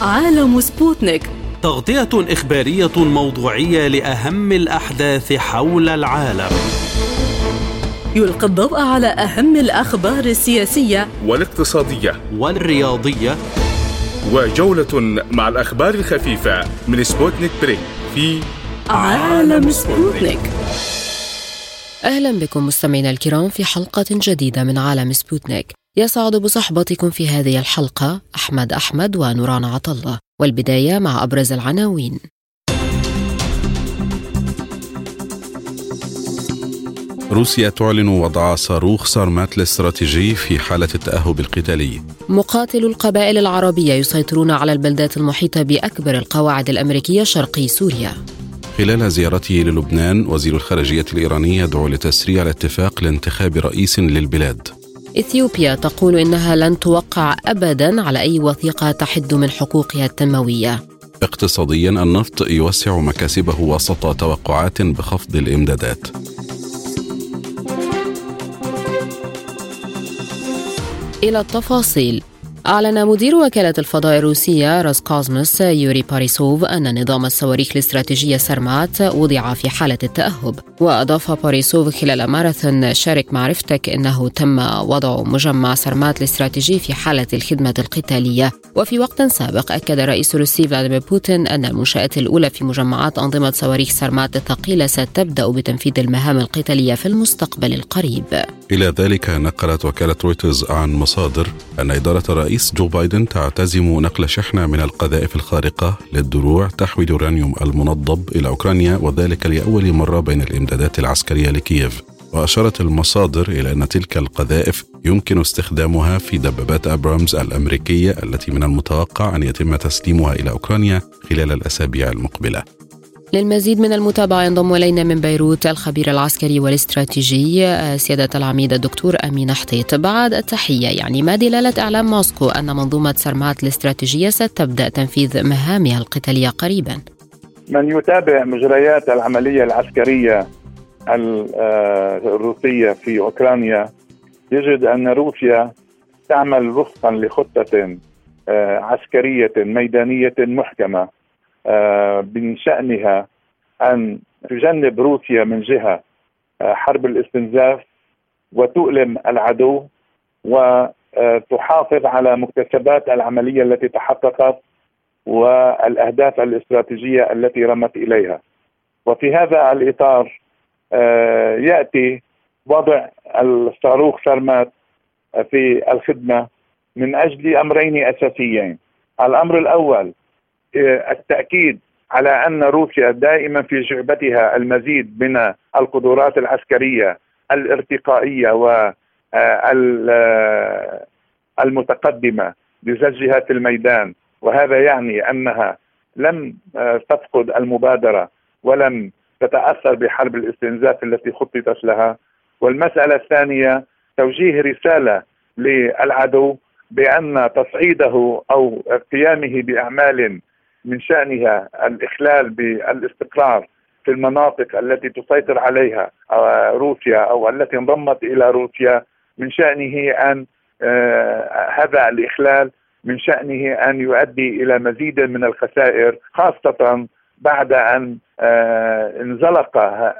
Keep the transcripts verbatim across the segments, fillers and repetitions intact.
عالم سبوتنيك، تغطية إخبارية موضوعية لأهم الأحداث حول العالم. يلقي الضوء على أهم الأخبار السياسية والاقتصادية والرياضية، وجولة مع الأخبار الخفيفة من سبوتنيك بريك في عالم سبوتنيك. أهلا بكم مستمعينا الكرام في حلقة جديدة من عالم سبوتنيك. يسعد بصحبتكم في هذه الحلقة أحمد أحمد ونوران عطلة، والبداية مع أبرز العناوين. روسيا تعلن وضع صاروخ سارمات الاستراتيجي في حالة التأهب القتالي. مقاتلو القبائل العربية يسيطرون على البلدات المحيطة بأكبر القواعد الأمريكية شرقي سوريا. خلال زيارته للبنان، وزير الخارجية الإيراني يدعو لتسريع الاتفاق لانتخاب رئيس للبلاد. إثيوبيا تقول إنها لن توقع أبداً على أي وثيقة تحد من حقوقها التنموية. اقتصادياً، النفط يوسع مكاسبه وسط توقعات بخفض الإمدادات. إلى التفاصيل. أعلن مدير وكالة الفضاء الروسية روسكوزموس يوري باريسوف أن نظام الصواريخ الاستراتيجية سارمات وضع في حالة التأهب. وأضاف باريسوف خلال ماراثون شارك معرفتك أنه تم وضع مجمع سارمات الاستراتيجي في حالة الخدمة القتالية. وفي وقت سابق أكد الرئيس الروسي فلاديمير بوتين أن المنشآت الأولى في مجمعات أنظمة صواريخ سارمات الثقيلة ستبدأ بتنفيذ المهام القتالية في المستقبل القريب. إلى ذلك، نقلت وكالة رويترز عن مصادر أن إدارة الرئيس جو بايدن تعتزم نقل شحنة من القذائف الخارقة للدروع تحوي اليورانيوم المنضب إلى أوكرانيا، وذلك لأول مرة بين الإمدادات العسكرية لكييف. وأشارت المصادر إلى أن تلك القذائف يمكن استخدامها في دبابات أبرامز الأمريكية التي من المتوقع أن يتم تسليمها إلى أوكرانيا خلال الأسابيع المقبلة. للمزيد من المتابعة ينضم إلينا من بيروت الخبير العسكري والاستراتيجي سيادة العميد الدكتور أمين حطيط. بعد التحية، يعني ما دلالة إعلام موسكو أن منظومة سارمات الاستراتيجية ستبدأ تنفيذ مهامها القتالية قريبا؟ من يتابع مجريات العملية العسكرية الروسية في أوكرانيا يجد أن روسيا تعمل وفقا لخطة عسكرية ميدانية محكمة من شأنها أن تجنب روسيا من جهة حرب الاستنزاف وتؤلم العدو وتحافظ على مكتسبات العملية التي تحققت والأهداف الاستراتيجية التي رمت إليها. وفي هذا الإطار يأتي وضع الصاروخ سارمات في الخدمة من أجل أمرين أساسيين. الأمر الأول التأكيد على أن روسيا دائما في جعبتها المزيد من القدرات العسكرية الارتقائية والمتقدمة لزجها في الميدان، وهذا يعني أنها لم تفقد المبادرة ولم تتأثر بحرب الاستنزاف التي خططت لها. والمسألة الثانية توجيه رسالة للعدو بأن تصعيده أو قيامه بأعمال من شأنها الإخلال بالاستقرار في المناطق التي تسيطر عليها روسيا أو التي انضمت إلى روسيا، من شأنه أن آه هذا الإخلال من شأنه أن يؤدي إلى مزيد من الخسائر، خاصة بعد أن آه انزلق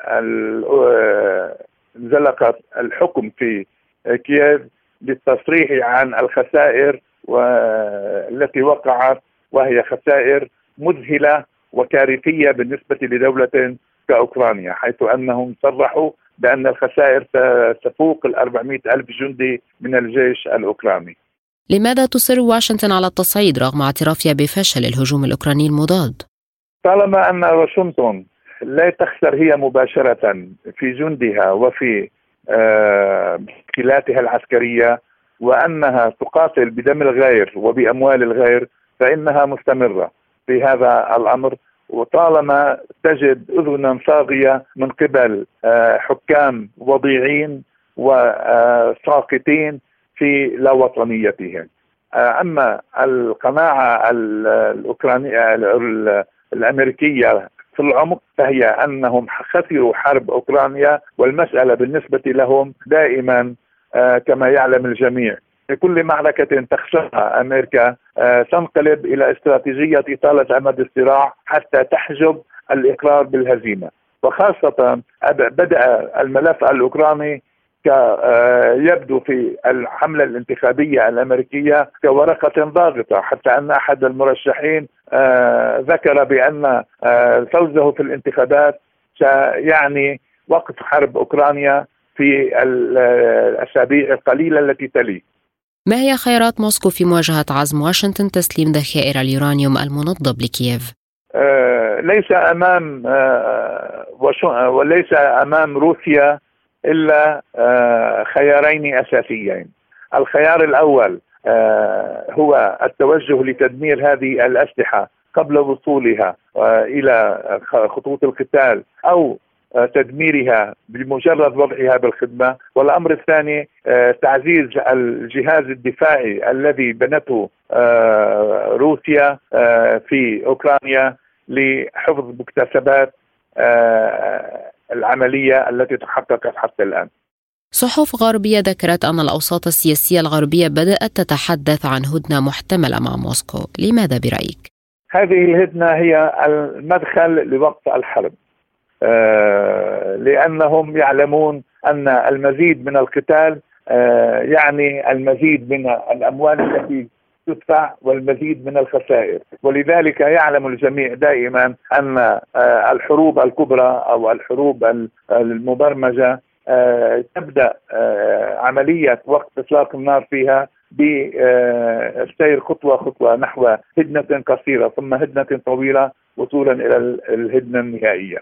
انزلق الحكم في كييف بالتصريح عن الخسائر والتي وقعت، وهي خسائر مذهلة وكارثية بالنسبة لدولة كأوكرانيا، حيث أنهم صرحوا بأن الخسائر تفوق الأربعمائة ألف جندي من الجيش الأوكراني. لماذا تصر واشنطن على التصعيد رغم اعترافها بفشل الهجوم الأوكراني المضاد؟ طالما أن واشنطن لا تخسر هي مباشرة في جندها وفي مشكلاتها العسكرية، وأنها تقاتل بدم الغير وبأموال الغير، فإنها مستمرة في هذا الأمر. وطالما تجد أذنا صاغية من قبل حكام وضيعين وساقطين في لا وطنيتهم. أما القناعة الأوكرانية الأمريكية في العمق فهي أنهم خسروا حرب أوكرانيا، والمسألة بالنسبة لهم دائما كما يعلم الجميع في كل معركة تخسرها أمريكا تنقلب إلى استراتيجية إطالة أمد الصراع حتى تحجب الإقرار بالهزيمة. وخاصة بدأ الملف الأوكراني يبدو في الحملة الانتخابية الأمريكية كورقة ضاغطة، حتى أن أحد المرشحين ذكر بأن فوزه في الانتخابات سيعني وقف حرب أوكرانيا في الأسابيع القليلة التي تلي. ما هي خيارات موسكو في مواجهة عزم واشنطن تسليم ذخائر اليورانيوم المنضب لكييف؟ ليس أمام وليس أمام روسيا إلا خيارين أساسيين. الخيار الأول هو التوجه لتدمير هذه الأسلحة قبل وصولها إلى خطوط القتال أو تدميرها بمجرد وضعها بالخدمة. والأمر الثاني تعزيز الجهاز الدفاعي الذي بنته روسيا في أوكرانيا لحفظ مكتسبات العملية التي تحققت حتى الآن. صحف غربية ذكرت أن الأوساط السياسية الغربية بدأت تتحدث عن هدنة محتملة مع موسكو، لماذا برأيك؟ هذه الهدنة هي المدخل لوقف الحرب، آه لأنهم يعلمون أن المزيد من القتال آه يعني المزيد من الأموال التي تدفع والمزيد من الخسائر، ولذلك يعلم الجميع دائما أن آه الحروب الكبرى أو الحروب المبرمجة آه تبدأ آه عملية وقف إطلاق النار فيها بالسير خطوة خطوة نحو هدنة قصيرة ثم هدنة طويلة وصولا إلى الهدنة النهائية.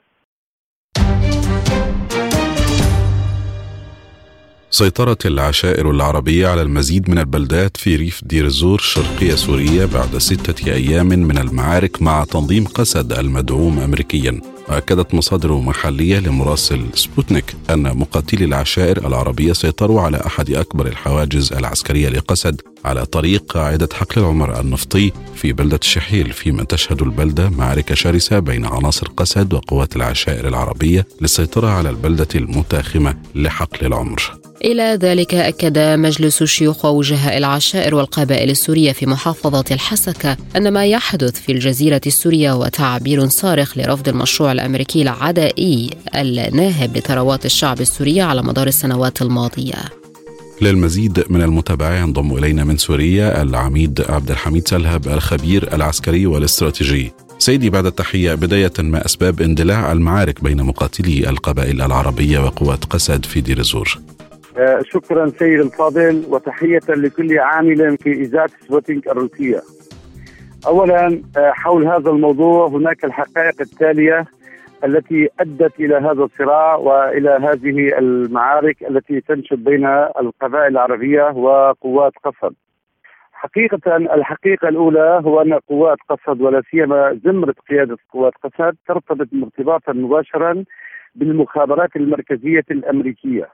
سيطرت العشائر العربية على المزيد من البلدات في ريف دير الزور شرقية سوريا بعد ستة أيام من المعارك مع تنظيم قسد المدعوم أمريكيا. وأكدت مصادر محلية لمراسل سبوتنيك أن مقاتلي العشائر العربية سيطروا على أحد أكبر الحواجز العسكرية لقسد على طريق قاعدة حقل العمر النفطي في بلدة الشحيل، فيما تشهد البلدة معركة شرسة بين عناصر قسد وقوات العشائر العربية للسيطرة على البلدة المتاخمة لحقل العمر. إلى ذلك أكد مجلس شيوخ ووجهاء العشائر والقبائل السورية في محافظة الحسكة أن ما يحدث في الجزيرة السورية هو تعبير صارخ لرفض المشروع الأمريكي العدائي الناهب لثروات الشعب السوري على مدار السنوات الماضية. للمزيد من المتابعة ينضم إلينا من سوريا العميد عبد الحميد سلهب الخبير العسكري والاستراتيجي. سيدي، بعد التحية، بداية ما أسباب اندلاع المعارك بين مقاتلي القبائل العربية وقوات قسد في دير الزور؟ آه شكرا سيد الفاضل، وتحية لكل عامل في إذاعة سبوتنيك الروسية. أولا آه حول هذا الموضوع هناك الحقائق التالية التي أدت إلى هذا الصراع وإلى هذه المعارك التي تنشب بين القبائل العربية وقوات قسد. حقيقة الحقيقة الأولى هو أن قوات قسد ولا سيما زمرة قيادة قوات قسد ترتبط ارتباطا مباشرا بالمخابرات المركزية الأمريكية.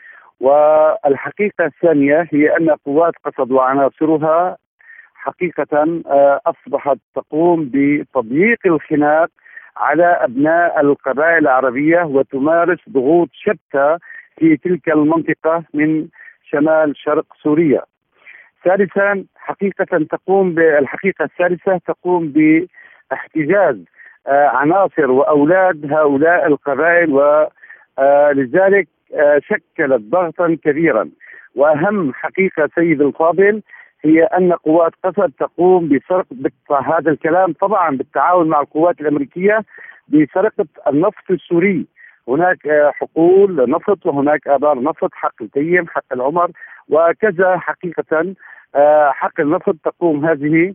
والحقيقة الثانية هي أن قوات قسد وعناصرها حقيقة أصبحت تقوم بتضييق الخناق على أبناء القبائل العربية وتمارس ضغوط شتى في تلك المنطقة من شمال شرق سوريا. ثالثا حقيقة تقوم بالحقيقة الثالثة تقوم باحتجاز عناصر وأولاد هؤلاء القبائل، ولذلك شكلت ضغطا كبيرا. وأهم حقيقة سيد الفاضل هي أن قوات قسد تقوم بسرقة هذا الكلام طبعا بالتعاون مع القوات الأمريكية بسرقة النفط السوري. هناك حقول نفط وهناك آبار نفط، حقل تيم، حقل العمر وكذا. حقيقة حقل النفط تقوم هذه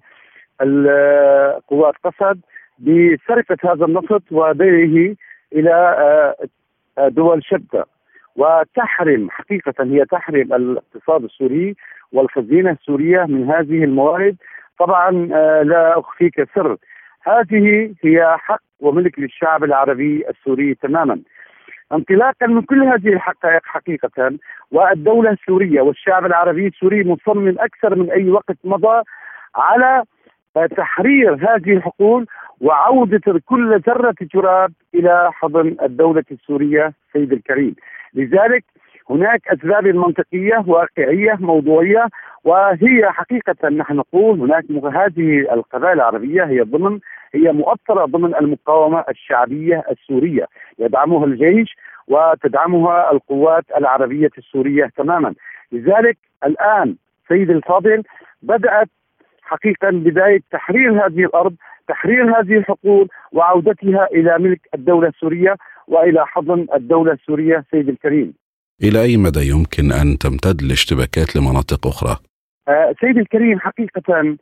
القوات قسد بسرقة هذا النفط وبيعه إلى دول شتى، وتحرم حقيقة هي تحرم الاقتصاد السوري والخزينة السورية من هذه الموارد. طبعا لا أخفيك سر، هذه هي حق وملك للشعب العربي السوري تماما. انطلاقا من كل هذه الحقائق حقيقة، والدولة السورية والشعب العربي السوري مصمم أكثر من أي وقت مضى على تحرير هذه الحقول وعودة كل ذرة تراب إلى حضن الدولة السورية سيد الكريم. لذلك هناك أسباب منطقية واقعية موضوعية، وهي حقيقة نحن نقول هناك هذه القبائل العربية هي ضمن هي مؤثرة ضمن المقاومة الشعبية السورية، يدعمها الجيش وتدعمها القوات العربية السورية تماما. لذلك الآن سيدي الفاضل بدأت حقيقة بداية تحرير هذه الأرض، تحرير هذه الحقول وعودتها إلى ملك الدولة السورية وإلى حضن الدولة السورية. سيدي الكريم، إلى أي مدى يمكن أن تمتد الاشتباكات لمناطق أخرى؟ آه سيدي الكريم، حقيقة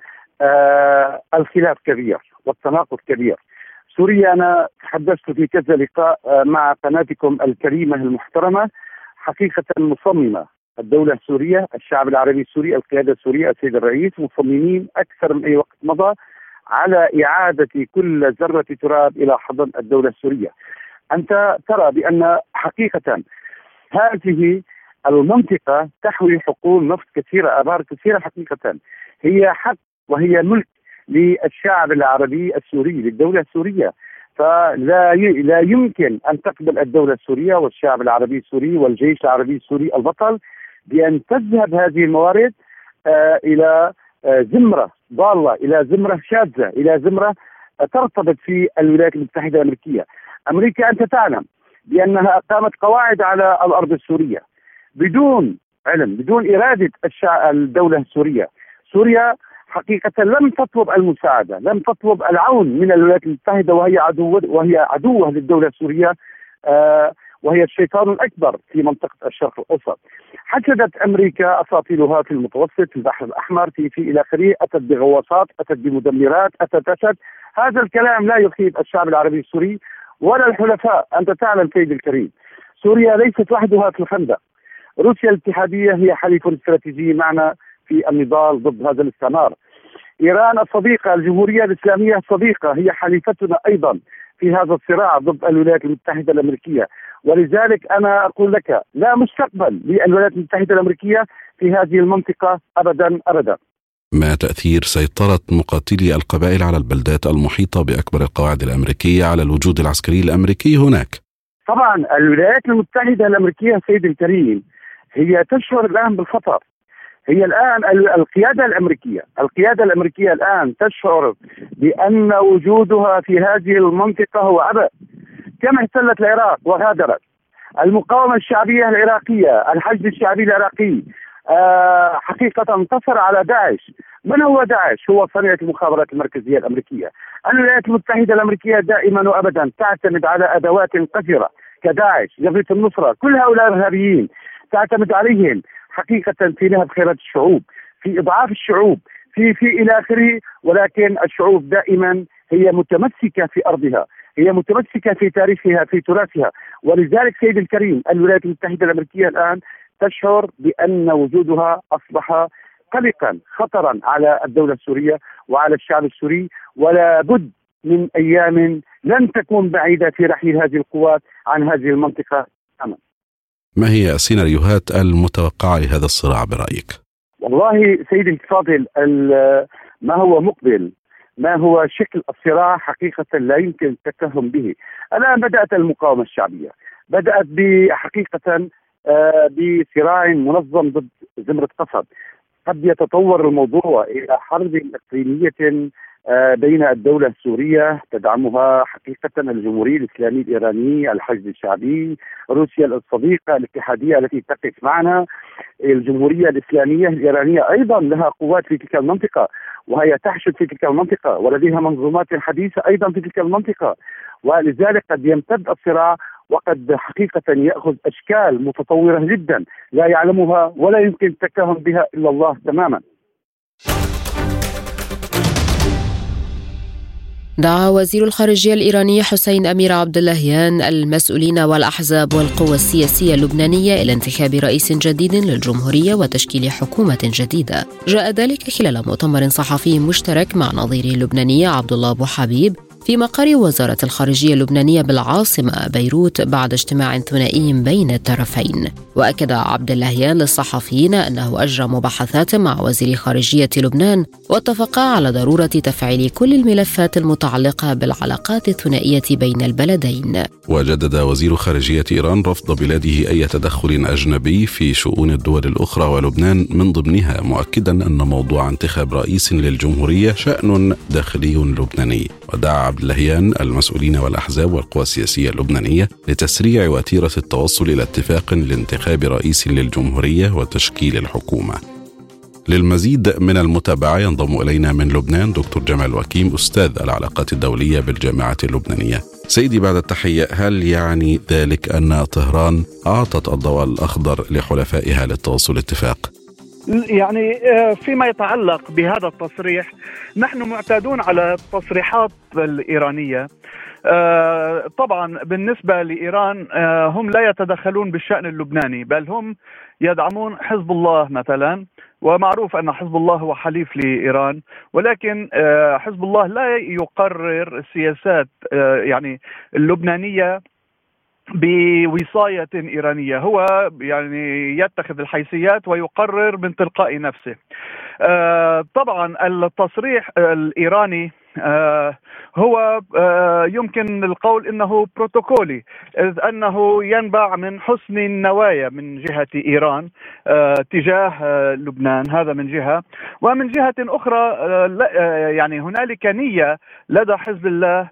آه الخلاف كبير والتناقض كبير. سوريا، أنا تحدثت في كذا لقاء آه مع قناتكم الكريمة المحترمة، حقيقة مصممة الدولة السورية، الشعب العربي السوري، القيادة السورية، السيد الرئيس، مصممين أكثر من أي وقت مضى على إعادة كل ذرة تراب إلى حضن الدولة السورية. أنت ترى بأن حقيقة هذه المنطقة تحوي حقول نفط كثيرة، آبار كثيرة، حقيقة هي حق وهي ملك للشعب العربي السوري، للدولة السورية. فلا ي... لا يمكن أن تقبل الدولة السورية والشعب العربي السوري والجيش العربي السوري البطل بأن تذهب هذه الموارد آه إلى آه زمرة ضالة، إلى زمرة شاذة، إلى زمرة آه ترتبط في الولايات المتحدة الأمريكية. أمريكا أنت تعلم بأنها أقامت قواعد على الأرض السورية بدون علم، بدون إرادة الشعب الدولة السورية. سوريا حقيقة لم تطلب المساعدة، لم تطلب العون من الولايات المتحدة، وهي عدو وهي عدوة للدولة السورية، آه وهي الشيطان الأكبر في منطقة الشرق الأوسط. حشدت أمريكا أساطيلها في المتوسط، في البحر الأحمر، في في إلى آخره، أتت بغواصات، أتت بمدمرات، أتت أتت هذا الكلام لا يخيب الشعب العربي السوري ولا الحلفاء. أنت تعلم سيدي الكريم، سوريا ليست وحدها في الخندق. روسيا الاتحادية هي حليف استراتيجي معنا في النضال ضد هذا الاستعمار. إيران الصديقة، الجمهورية الإسلامية الصديقة، هي حليفتنا أيضا في هذا الصراع ضد الولايات المتحدة الأمريكية. ولذلك أنا أقول لك لا مستقبل للولايات المتحدة الأمريكية في هذه المنطقة أبدا أبدا. ما تأثير سيطرة مقاتلي القبائل على البلدات المحيطة بأكبر القواعد الأمريكية على الوجود العسكري الأمريكي هناك؟ طبعا الولايات المتحدة الأمريكية سيد الكريم هي تشعر الآن بالخطر. هي الآن القيادة الأمريكية القيادة الأمريكية الآن تشعر بأن وجودها في هذه المنطقة هو عبء. كم احتلت العراق وغادرت، المقاومة الشعبية العراقية، الحشد الشعبي العراقي آه حقيقة انتصر على داعش. من هو داعش؟ هو صنيعة المخابرات المركزية الأمريكية. الولايات المتحدة الأمريكية دائما وأبدا تعتمد على أدوات قذرة كداعش، جبهة النصرة، كل هؤلاء الإرهابيين تعتمد عليهم حقيقة في نهب خيرات الشعوب، في إضعاف الشعوب، في في إلى آخره. ولكن الشعوب دائما هي متمسكة في أرضها، هي متمسكة في تاريخها، في تراثها. ولذلك سيد الكريم الولايات المتحدة الأمريكية الآن تشعر بأن وجودها أصبح قلقا، خطرا على الدولة السورية وعلى الشعب السوري، ولا بد من أيام لن تكون بعيدة في رحيل هذه القوات عن هذه المنطقة تماما. ما هي السيناريوهات المتوقعة لهذا الصراع برأيك؟ والله سيدي الفاضل، ما هو مقبل، ما هو شكل الصراع حقيقة لا يمكن التكهن به. الآن بدأت المقاومة الشعبية، بدأت بحقيقة بصراع منظم ضد زمرة قصب. قد يتطور الموضوع إلى حرب إقليمية بين الدولة السورية تدعمها حقيقة الجمهورية الإسلامية الإيرانية، الحشد الشعبي، روسيا الصديقة، الاتحادية التي تقف معنا، الجمهورية الإسلامية الإيرانية أيضا لها قوات في تلك المنطقة وهي تحشد في تلك المنطقة ولديها منظومات حديثة أيضا في تلك المنطقة. ولذلك قد يمتد الصراع وقد حقيقة يأخذ أشكال متطورة جدا لا يعلمها ولا يمكن التكهن بها إلا الله تماما. دعا وزير الخارجية الإيراني حسين أمير عبد اللهيان المسؤولين والأحزاب والقوى السياسية اللبنانية إلى انتخاب رئيس جديد للجمهورية وتشكيل حكومة جديدة. جاء ذلك خلال مؤتمر صحفي مشترك مع نظيره اللبناني عبد الله أبو حبيب في مقر وزارة الخارجية اللبنانية بالعاصمة بيروت بعد اجتماع ثنائي بين الطرفين. وأكد عبد اللهيان للصحفيين أنه أجرى مباحثات مع وزير خارجية لبنان واتفقا على ضرورة تفعيل كل الملفات المتعلقة بالعلاقات الثنائية بين البلدين. وجدد وزير خارجية إيران رفض بلاده أي تدخل أجنبي في شؤون الدول الأخرى ولبنان من ضمنها، مؤكدا أن موضوع انتخاب رئيس للجمهورية شأن داخلي لبناني. ودعا عبد اللهيان المسؤولين والأحزاب والقوى السياسية اللبنانية لتسريع وتيرة التوصل إلى اتفاق لانتخاب رئيس للجمهورية وتشكيل الحكومة. للمزيد من المتابعة ينضم إلينا من لبنان دكتور جمال وكيم، أستاذ العلاقات الدولية بالجامعة اللبنانية. سيدي بعد التحية، هل يعني ذلك أن طهران أعطت الضوء الأخضر لحلفائها للتوصل اتفاق؟ يعني فيما يتعلق بهذا التصريح، نحن معتادون على التصريحات الإيرانية. طبعا بالنسبة لإيران هم لا يتدخلون بالشأن اللبناني، بل هم يدعمون حزب الله مثلا، ومعروف أن حزب الله هو حليف لإيران، ولكن حزب الله لا يقرر السياسات يعني اللبنانية بوصاية إيرانية، هو يعني يتخذ الحيثيات ويقرر من تلقاء نفسه. طبعا التصريح الإيراني هو يمكن القول إنه بروتوكولي، إذ أنه ينبع من حسن النوايا من جهة إيران تجاه لبنان، هذا من جهة، ومن جهة أخرى يعني هنالك نية لدى حزب الله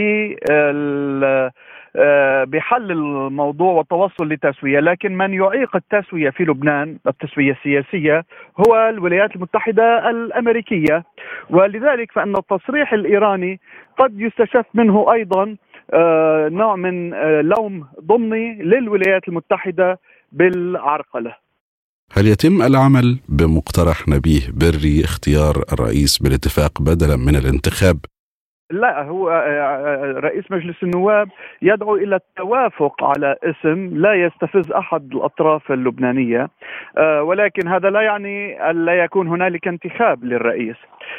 بال بحل الموضوع والتوصل لتسوية، لكن من يعيق التسوية في لبنان، التسوية السياسية، هو الولايات المتحدة الأمريكية. ولذلك فإن التصريح الإيراني قد يستشف منه أيضا نوع من لوم ضمني للولايات المتحدة بالعرقلة. هل يتم العمل بمقترح نبيه بري اختيار الرئيس بالاتفاق بدلا من الانتخاب؟ لا، هو رئيس مجلس النواب يدعو إلى التوافق على اسم لا يستفز أحد الأطراف اللبنانية، ولكن هذا لا يعني أن لا يكون هنالك انتخاب للرئيس.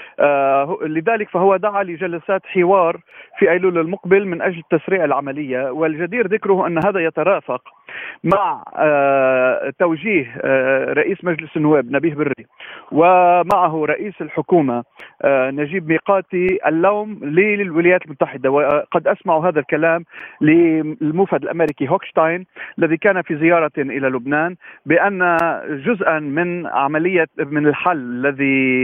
لذلك فهو دعا لجلسات حوار في أيلول المقبل من أجل تسريع العملية، والجدير ذكره أن هذا يترافق مع توجيه رئيس مجلس النواب نبيه بري ومعه رئيس الحكومة نجيب ميقاتي اللوم للولايات المتحدة. وقد أسمع هذا الكلام للموفد الأمريكي هوكشتاين الذي كان في زيارة إلى لبنان، بأن جزءا من عملية من الحل الذي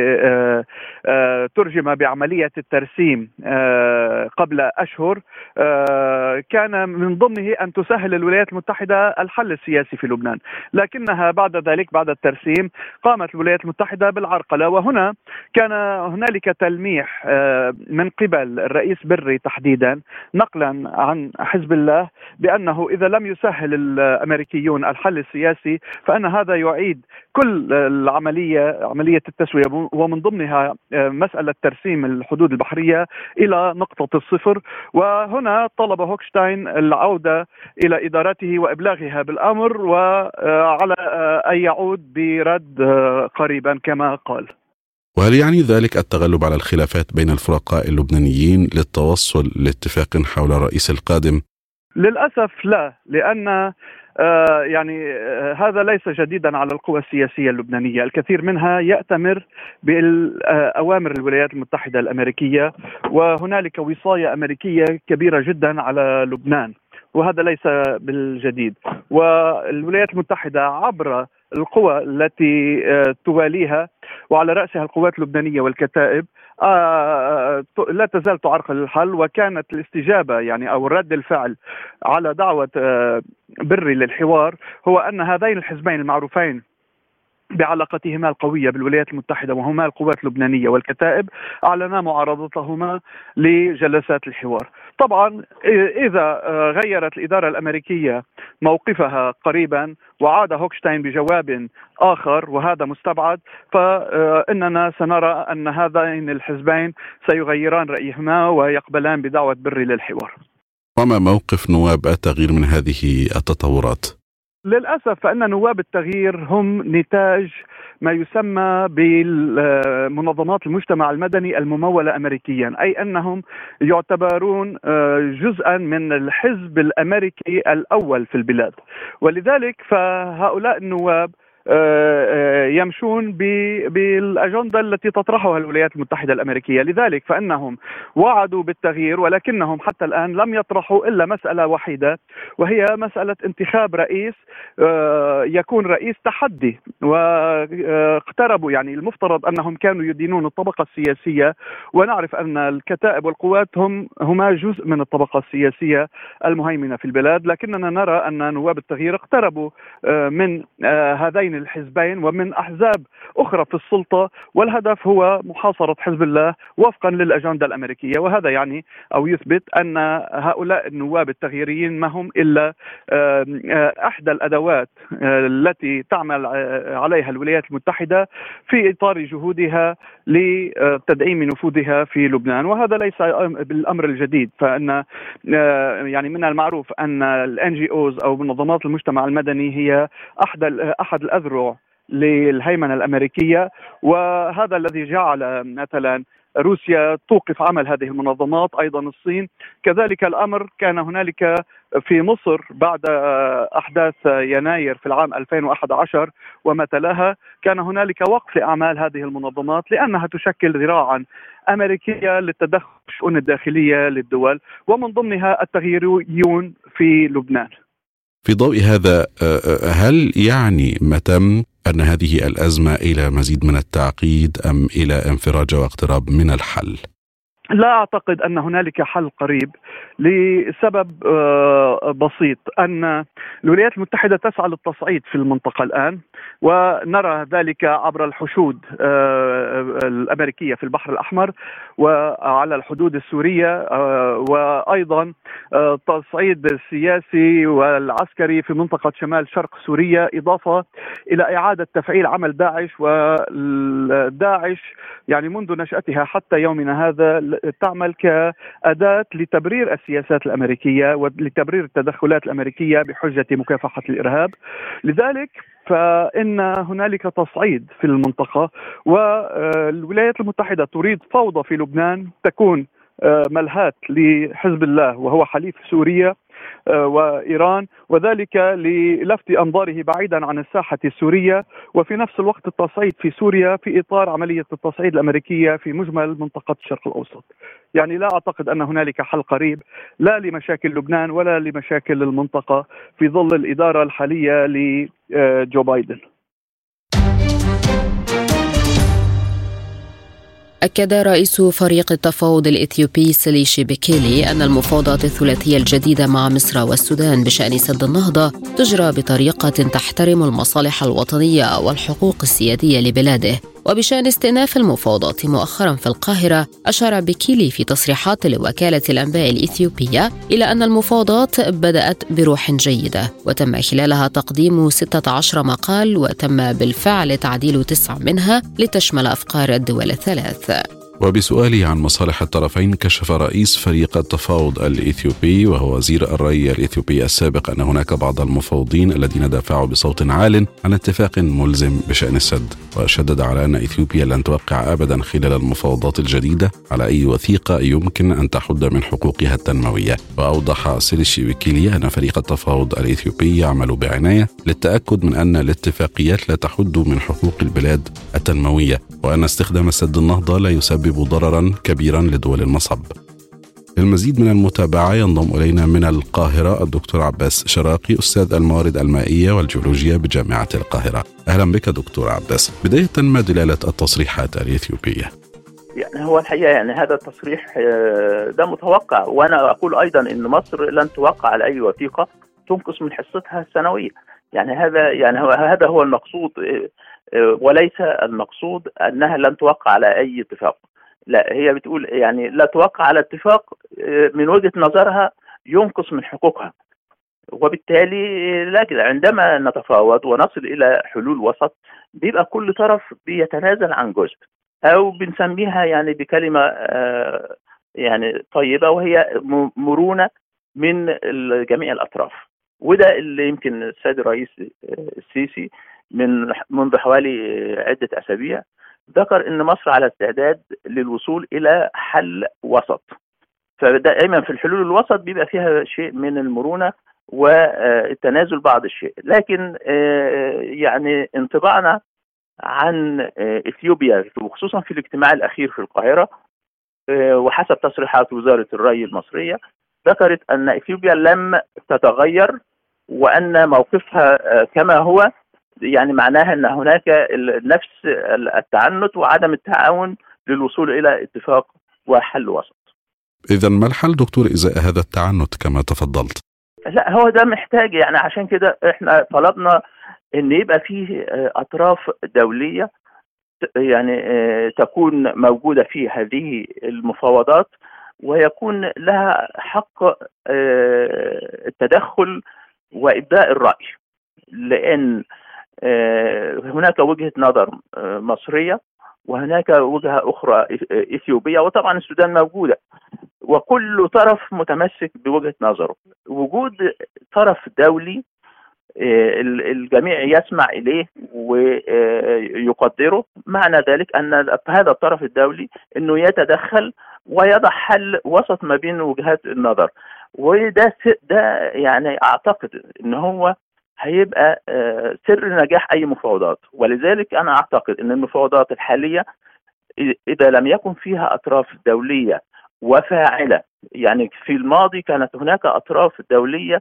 ترجم بعملية الترسيم قبل أشهر كان من ضمنه أن تسهل الولايات المتحدة الحل السياسي في لبنان، لكنها بعد ذلك بعد الترسيم قامت الولايات المتحدة بالعرقلة. وهنا كان هنالك تلميح من قبل الرئيس بري تحديدا نقلا عن حزب الله بأنه إذا لم يسهل الأمريكيون الحل السياسي فإن هذا يعيد كل العملية عملية التسوية ومن ضمنها مسألة ترسيم الحدود البحرية إلى نقطة الصفر. وهنا طلب هوكشتاين العودة إلى إدارته وإبلاغها بالأمر وعلى أن يعود برد قريبا كما قال. وهل يعني ذلك التغلب على الخلافات بين الفرقاء اللبنانيين للتوصل لاتفاق حول الرئيس القادم؟ للأسف لا، لأن آه يعني آه هذا ليس جديدا على القوى السياسية اللبنانية، الكثير منها يأتمر بالأوامر الولايات المتحدة الأمريكية، وهنالك وصاية أمريكية كبيرة جدا على لبنان، وهذا ليس بالجديد. والولايات المتحدة عبر القوى التي تواليها وعلى رأسها القوات اللبنانية والكتائب لا تزال تعرقل الحل، وكانت الاستجابة يعني أو رد الفعل على دعوة بري للحوار هو أن هذين الحزبين المعروفين بعلاقتهما القوية بالولايات المتحدة وهما القوات اللبنانية والكتائب أعلنا معارضتهما لجلسات الحوار. طبعا إذا غيرت الإدارة الأمريكية موقفها قريبا وعاد هوكشتاين بجواب آخر وهذا مستبعد، فإننا سنرى أن هذين الحزبين سيغيران رأيهما ويقبلان بدعوة بري للحوار. وما موقف نواب التغيير من هذه التطورات؟ للأسف فإن نواب التغيير هم نتاج ما يسمى بمنظمات المجتمع المدني الممولة أمريكيا، أي أنهم يعتبرون جزءا من الحزب الأمريكي الأول في البلاد، ولذلك فهؤلاء النواب يمشون بالأجندة التي تطرحها الولايات المتحدة الأمريكية. لذلك فإنهم وعدوا بالتغيير، ولكنهم حتى الآن لم يطرحوا إلا مسألة وحيدة، وهي مسألة انتخاب رئيس يكون رئيس تحدي. واقتربوا، يعني المفترض أنهم كانوا يدينون الطبقة السياسية، ونعرف أن الكتائب والقوات هم هما جزء من الطبقة السياسية المهيمنة في البلاد، لكننا نرى أن نواب التغيير اقتربوا من هذين الحزبين ومن أحزاب أخرى في السلطة، والهدف هو محاصرة حزب الله وفقا للأجندة الأمريكية. وهذا يعني أو يثبت أن هؤلاء النواب التغييريين ما هم إلا أحدى الأدوات التي تعمل عليها الولايات المتحدة في إطار جهودها لتدعيم نفوذها في لبنان، وهذا ليس بالأمر الجديد. فإن يعني من المعروف أن الإن جي أوز أو منظمات المجتمع المدني هي أحد أحد الأذرع للهيمنة الأمريكية، وهذا الذي جعل مثلا روسيا توقف عمل هذه المنظمات، أيضا الصين كذلك الأمر. كان هنالك في مصر بعد أحداث يناير في العام ألفين وأحد عشر وما تلاها، كان هنالك وقف لأعمال هذه المنظمات لأنها تشكل ذراعا أمريكية للتدخل في الشؤون الداخلية للدول، ومن ضمنها التغييريون في لبنان. في ضوء هذا، هل يعني ما تم أن هذه الأزمة إلى مزيد من التعقيد أم إلى انفراج واقتراب من الحل؟ لا أعتقد أن هنالك حل قريب لسبب بسيط، أن الولايات المتحدة تسعى للتصعيد في المنطقة الآن، ونرى ذلك عبر الحشود الأمريكية في البحر الأحمر وعلى الحدود السورية، وأيضا التصعيد السياسي والعسكري في منطقة شمال شرق سوريا، إضافة إلى إعادة تفعيل عمل داعش. وداعش يعني منذ نشأتها حتى يومنا هذا تعمل كأداة لتبرير السياسات الأمريكية ولتبرير التدخلات الأمريكية بحجة مكافحة الإرهاب. لذلك فإن هنالك تصعيد في المنطقة، والولايات المتحدة تريد فوضى في لبنان تكون ملهاة لحزب الله وهو حليف سوريا وإيران، وذلك للفت أنظاره بعيدا عن الساحة السورية، وفي نفس الوقت التصعيد في سوريا في إطار عملية التصعيد الأمريكية في مجمل منطقة الشرق الأوسط. يعني لا أعتقد أن هنالك حل قريب لا لمشاكل لبنان ولا لمشاكل المنطقة في ظل الإدارة الحالية لجو بايدن. أكد رئيس فريق التفاوض الإثيوبي سيليشي بيكيلي أن المفاوضات الثلاثية الجديدة مع مصر والسودان بشأن سد النهضة تجرى بطريقة تحترم المصالح الوطنية والحقوق السيادية لبلاده. وبشأن استئناف المفاوضات مؤخرا في القاهرة، أشار بيكيلي في تصريحات لوكالة الأنباء الإثيوبية إلى أن المفاوضات بدأت بروح جيدة، وتم خلالها تقديم ستة عشر مقال، وتم بالفعل تعديل تسع منها لتشمل أفكار الدول الثلاث. وبسؤاله عن مصالح الطرفين، كشف رئيس فريق التفاوض الإثيوبي وهو وزير الري الإثيوبي السابق أن هناك بعض المفاوضين الذين دافعوا بصوت عال عن اتفاق ملزم بشأن السد، وشدد على أن إثيوبيا لن توقع أبدا خلال المفاوضات الجديدة على أي وثيقة يمكن أن تحد من حقوقها التنموية. وأوضح سيليشي بيكيلي أن فريق التفاوض الإثيوبي يعمل بعناية للتأكد من أن الاتفاقيات لا تحد من حقوق البلاد التنموية، وأن استخدام سد النهضة لا يسبب ضررا كبيرا لدول المصب. للمزيد من المتابعة ينضم إلينا من القاهرة الدكتور عباس شراقي، أستاذ الموارد المائية والجيولوجيا بجامعة القاهرة. أهلا بك دكتور عباس. بداية، ما دلالة التصريحات الإثيوبية؟ يعني هو الحقيقة يعني هذا التصريح ده متوقع، وأنا أقول أيضا أن مصر لن توقع على أي وثيقة تنقص من حصتها السنوية. يعني هذا يعني هو هذا هو المقصود، وليس المقصود أنها لن توقع على أي اتفاق. لا، هي بتقول يعني لا توقع على اتفاق من وجهة نظرها ينقص من حقوقها، وبالتالي لكن عندما نتفاوض ونصل إلى حلول وسط بيبقى كل طرف بيتنازل عن جزء، أو بنسميها يعني بكلمة يعني طيبة وهي مرونة من جميع الأطراف. وده اللي يمكن السيد الرئيس السيسي من منذ حوالي عدة أسابيع ذكر أن مصر على استعداد للوصول إلى حل وسط. فدائما في الحلول الوسط بيبقى فيها شيء من المرونة والتنازل بعض الشيء، لكن يعني انطباعنا عن إثيوبيا وخصوصا في الاجتماع الأخير في القاهرة وحسب تصريحات وزارة الري المصرية ذكرت أن إثيوبيا لم تتغير وأن موقفها كما هو، يعني معناها أن هناك نفس التعنت وعدم التعاون للوصول إلى اتفاق وحل وسط. إذن ما الحل دكتور إزاء هذا التعنت كما تفضلت؟ لا هو ده محتاج، يعني عشان كده احنا طلبنا ان يبقى فيه اطراف دولية يعني تكون موجودة في هذه المفاوضات ويكون لها حق التدخل وإبداء الرأي، لأن هناك وجهة نظر مصرية وهناك وجهة أخرى إثيوبية وطبعا السودان موجودة، وكل طرف متمسك بوجهة نظره. وجود طرف دولي الجميع يسمع إليه ويقدره، معنى ذلك أن هذا الطرف الدولي أنه يتدخل ويضع حل وسط ما بين وجهات النظر. وده ده يعني أعتقد أن هو هيبقى سر نجاح أي مفاوضات. ولذلك أنا أعتقد أن المفاوضات الحالية إذا لم يكن فيها أطراف دولية وفاعلة، يعني في الماضي كانت هناك أطراف دولية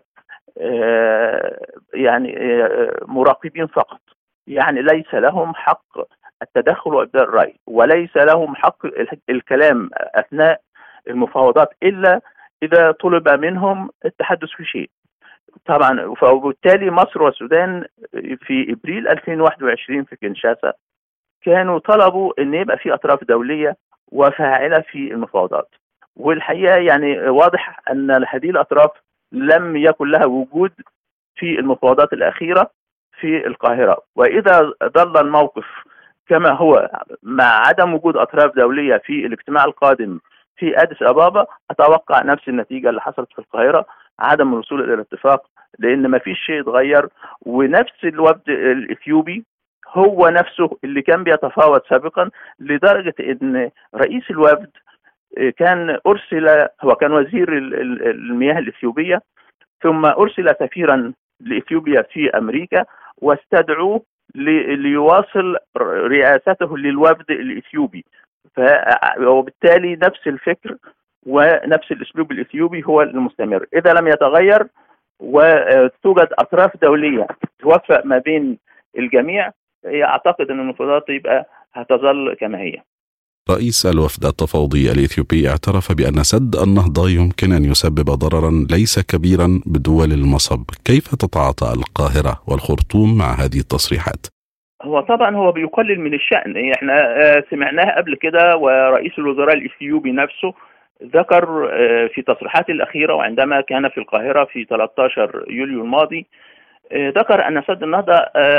يعني مراقبين فقط، يعني ليس لهم حق التدخل وإبداء الرأي وليس لهم حق الكلام أثناء المفاوضات إلا إذا طلب منهم التحدث في شيء. طبعا فبالتالي مصر والسودان في إبريل ألفين وواحد وعشرين في كينشاسا كانوا طلبوا أن يبقى في أطراف دولية وفاعلة في المفاوضات، والحقيقة يعني واضح أن هذه الأطراف لم يكن لها وجود في المفاوضات الأخيرة في القاهرة. وإذا ظل الموقف كما هو مع عدم وجود أطراف دولية في الاجتماع القادم في أديس أبابا، أتوقع نفس النتيجة اللي حصلت في القاهرة، عدم الوصول إلى الاتفاق، لأن ما فيش شيء اتغير. ونفس الوفد الإثيوبي هو نفسه اللي كان بيتفاوض سابقا، لدرجة أن رئيس الوفد كان أرسل، هو كان وزير المياه الإثيوبية، ثم أرسل سفيرا لإثيوبيا في أمريكا واستدعوه ليواصل رئاسته للوفد الإثيوبي. وبالتالي نفس الفكر ونفس الأسلوب الإثيوبي هو المستمر. إذا لم يتغير وتوجد أطراف دولية توفق ما بين الجميع، أعتقد أن المفاوضات يبقى هتظل كما هي. رئيس الوفد التفاوضي الإثيوبي اعترف بأن سد النهضة يمكن أن يسبب ضررا ليس كبيرا بدول المصب. كيف تتعاطى القاهرة والخرطوم مع هذه التصريحات؟ هو طبعا هو بيقلل من الشأن، احنا سمعناها قبل كده، ورئيس الوزراء الإثيوبي نفسه ذكر في تصريحاته الأخيرة وعندما كان في القاهرة في ثلاثة عشر يوليو الماضي، ذكر أن سد النهضة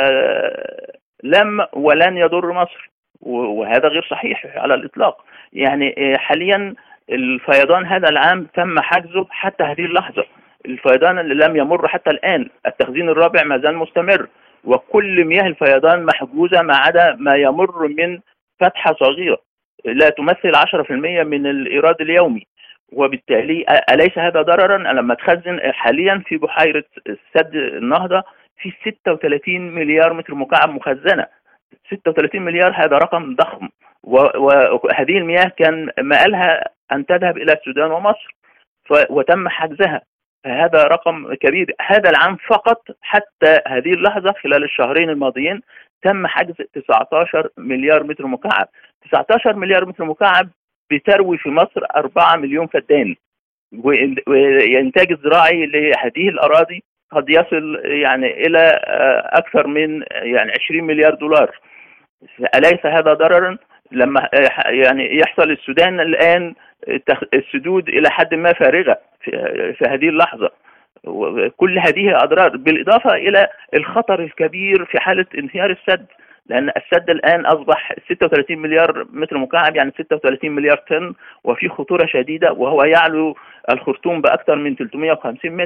لم ولن يضر مصر، وهذا غير صحيح على الإطلاق. يعني حاليا الفيضان هذا العام تم حجزه حتى هذه اللحظة، الفيضان اللي لم يمر حتى الآن، التخزين الرابع ما زال مستمر، وكل مياه الفيضان محجوزة ما عدا ما يمر من فتحة صغيرة لا تمثل عشرة بالمئة من الإيراد اليومي. وبالتالي أليس هذا ضررا لما تخزن حاليا في بحيرة سد النهضة في ستة وثلاثين مليار متر مكعب مخزنة؟ ستة وثلاثين مليار هذا رقم ضخم، وهذه المياه كان مآلها أن تذهب إلى السودان ومصر وتم حجزها، فهذا رقم كبير. هذا العام فقط حتى هذه اللحظة خلال الشهرين الماضيين تم حجز تسعة عشر مليار متر مكعب. تسعة عشر مليار متر مكعب بتروي في مصر أربعة مليون فدان، والإنتاج الزراعي لهذه الأراضي قد يصل يعني إلى أكثر من يعني عشرين مليار دولار. أليس هذا ضررا لما يعني يحصل السودان الآن السدود إلى حد ما فارغة في هذه اللحظة؟ كل هذه أضرار، بالإضافة إلى الخطر الكبير في حالة انهيار السد، لأن السد الآن أصبح ستة وثلاثين مليار متر مكعب، يعني ستة وثلاثين مليار طن، وفي خطورة شديدة، وهو يعلو الخرطوم بأكثر من ثلاثمئة وخمسين متر.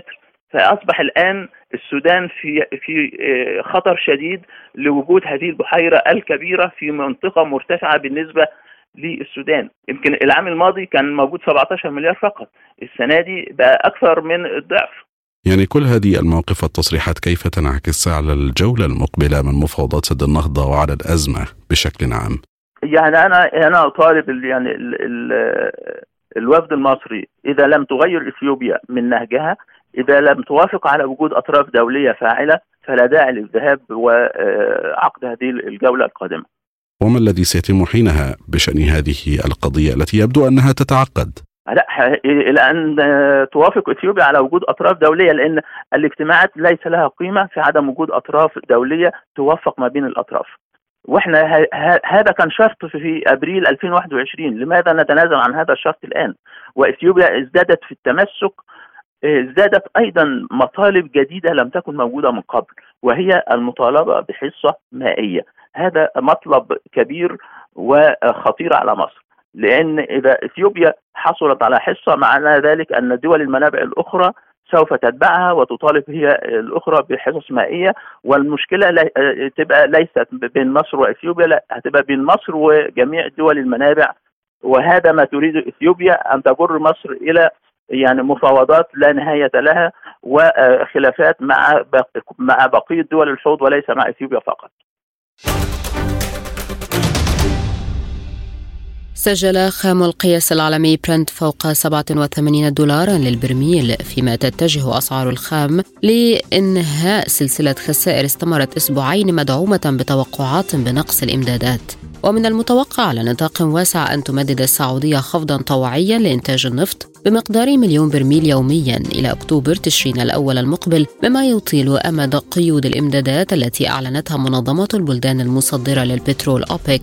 فأصبح الآن السودان في في خطر شديد لوجود هذه البحيرة الكبيرة في منطقة مرتفعة بالنسبة للسودان. يمكن العام الماضي كان موجود سبعة عشر مليار فقط، السنة دي بقى أكثر من الضعف. يعني كل هذه المواقف والتصريحات كيف تنعكس على الجولة المقبلة من مفاوضات سد النهضة وعلى الأزمة بشكل عام؟ يعني أنا أنا أطالب يعني ال ال الوفد المصري إذا لم تغير إثيوبيا من نهجها، إذا لم توافق على وجود أطراف دولية فاعلة، فلا داعي للذهاب وعقد هذه الجولة القادمة. وما الذي سيتم حينها بشأن هذه القضية التي يبدو أنها تتعقد؟ لا، إلى أن توافق إثيوبيا على وجود أطراف دولية، لأن الاجتماعات ليس لها قيمة في عدم وجود أطراف دولية توفق ما بين الأطراف. واحنا هذا كان شرط في ابريل ألفين وواحد وعشرين، لماذا نتنازل عن هذا الشرط الان؟ واثيوبيا ازدادت في التمسك، ازدادت ايضا مطالب جديده لم تكن موجوده من قبل، وهي المطالبه بحصه مائيه. هذا مطلب كبير وخطير على مصر، لان اذا اثيوبيا حصلت على حصه معنى ذلك ان دول المنابع الاخرى سوف تتبعها وتطالب هي الأخرى بحصص مائية، والمشكلة لا تبقى ليست بين مصر وإثيوبيا، لا، هتبقى بين مصر وجميع دول المنابع، وهذا ما تريد إثيوبيا، أن تجر مصر إلى يعني مفاوضات لا نهاية لها وخلافات مع مع بقية دول الحوض وليس مع إثيوبيا فقط. سجل خام القياس العالمي برنت فوق سبعة وثمانين دولارا للبرميل، فيما تتجه أسعار الخام لإنهاء سلسلة خسائر استمرت أسبوعين مدعومة بتوقعات بنقص الإمدادات. ومن المتوقع على نطاق واسع أن تمدد السعودية خفضا طوعيا لإنتاج النفط بمقدار مليون برميل يوميا إلى أكتوبر تشرين الأول المقبل، مما يطيل أمد قيود الإمدادات التي أعلنتها منظمة البلدان المصدرة للبترول أوبك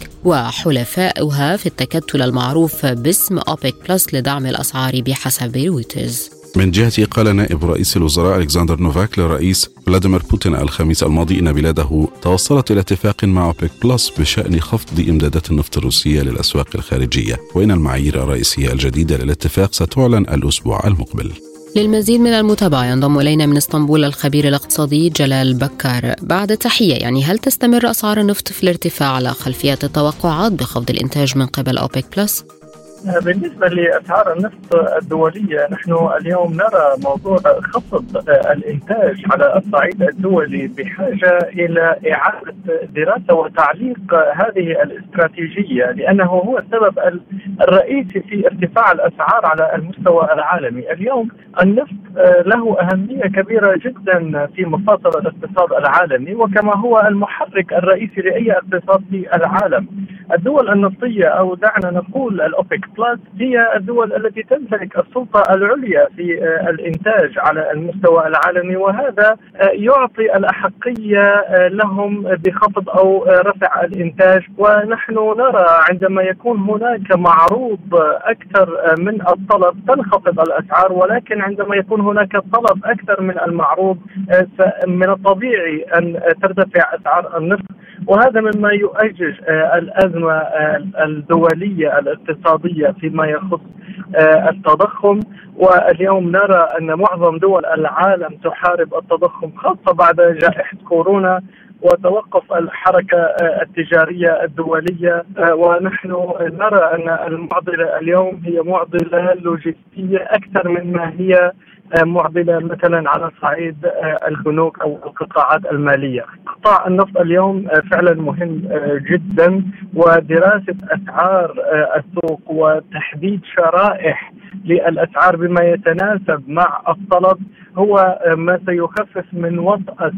وحلفائها في التكتل المعروف باسم أوبك بلس لدعم الأسعار بحسب رويترز. من جهته قال نائب رئيس الوزراء ألكسندر نوفاك لرئيس فلاديمير بوتين الخميس الماضي إن بلاده توصلت إلى اتفاق مع أوبك بلس بشأن خفض إمدادات النفط الروسية للأسواق الخارجية، وإن المعايير الرئيسية الجديدة للاتفاق ستعلن الأسبوع المقبل. للمزيد من المتابعة ينضم إلينا من اسطنبول الخبير الاقتصادي جلال بكار. بعد تحية، يعني هل تستمر أسعار النفط في الارتفاع على خلفية التوقعات بخفض الإنتاج من قبل أوبك بلس؟ بالنسبة لأسعار النفط الدولية، نحن اليوم نرى موضوع خفض الإنتاج على الصعيد الدولي بحاجة إلى إعادة دراسة وتعليق هذه الاستراتيجية، لأنه هو السبب الرئيسي في ارتفاع الأسعار على المستوى العالمي. اليوم النفط له أهمية كبيرة جدا في مفاصل الاقتصاد العالمي، وكما هو المحرك الرئيسي لأي اقتصاد في العالم. الدول النفطية، أو دعنا نقول الأوبك بلس، هي الدول التي تمتلك السلطة العليا في الإنتاج على المستوى العالمي، وهذا يعطي الأحقية لهم بخفض أو رفع الإنتاج. ونحن نرى عندما يكون هناك معروض أكثر من الطلب تنخفض الأسعار، ولكن عندما يكون هناك طلب أكثر من المعروض من الطبيعي أن ترتفع أسعار النفط، وهذا مما يؤجج الأزمة الدولية الاقتصادية فيما يخص التضخم. واليوم نرى أن معظم دول العالم تحارب التضخم، خاصة بعد جائحة كورونا وتوقف الحركة التجارية الدولية. ونحن نرى أن المعضلة اليوم هي معضلة لوجستية أكثر مما هي معضلة مثلا على صعيد البنوك أو القطاعات المالية. قطاع النفط اليوم فعلا مهم جدا، ودراسة أسعار السوق وتحديد شرائح للأسعار بما يتناسب مع الطلب هو ما سيخفف من وطأة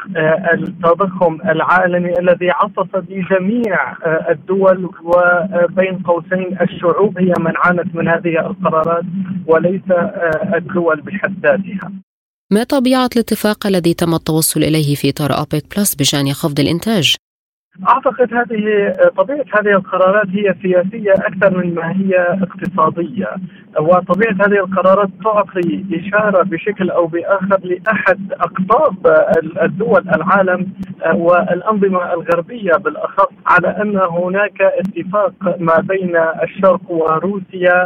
التضخم العالمي الذي عصف بجميع الدول، وبين قوسين الشعوب هي من عانت من هذه القرارات وليس الدول بحد ذاتها. ما طبيعة الاتفاق الذي تم التوصل إليه في إطار أوبك بلس بشأن خفض الإنتاج؟ أعتقد هذه طبيعة هذه القرارات هي سياسية أكثر من ما هي اقتصادية، وطبيعة هذه القرارات تعطي إشارة بشكل أو بآخر لأحد أقطاب الدول العالم والأنظمة الغربية بالأخص على أن هناك اتفاق ما بين الشرق وروسيا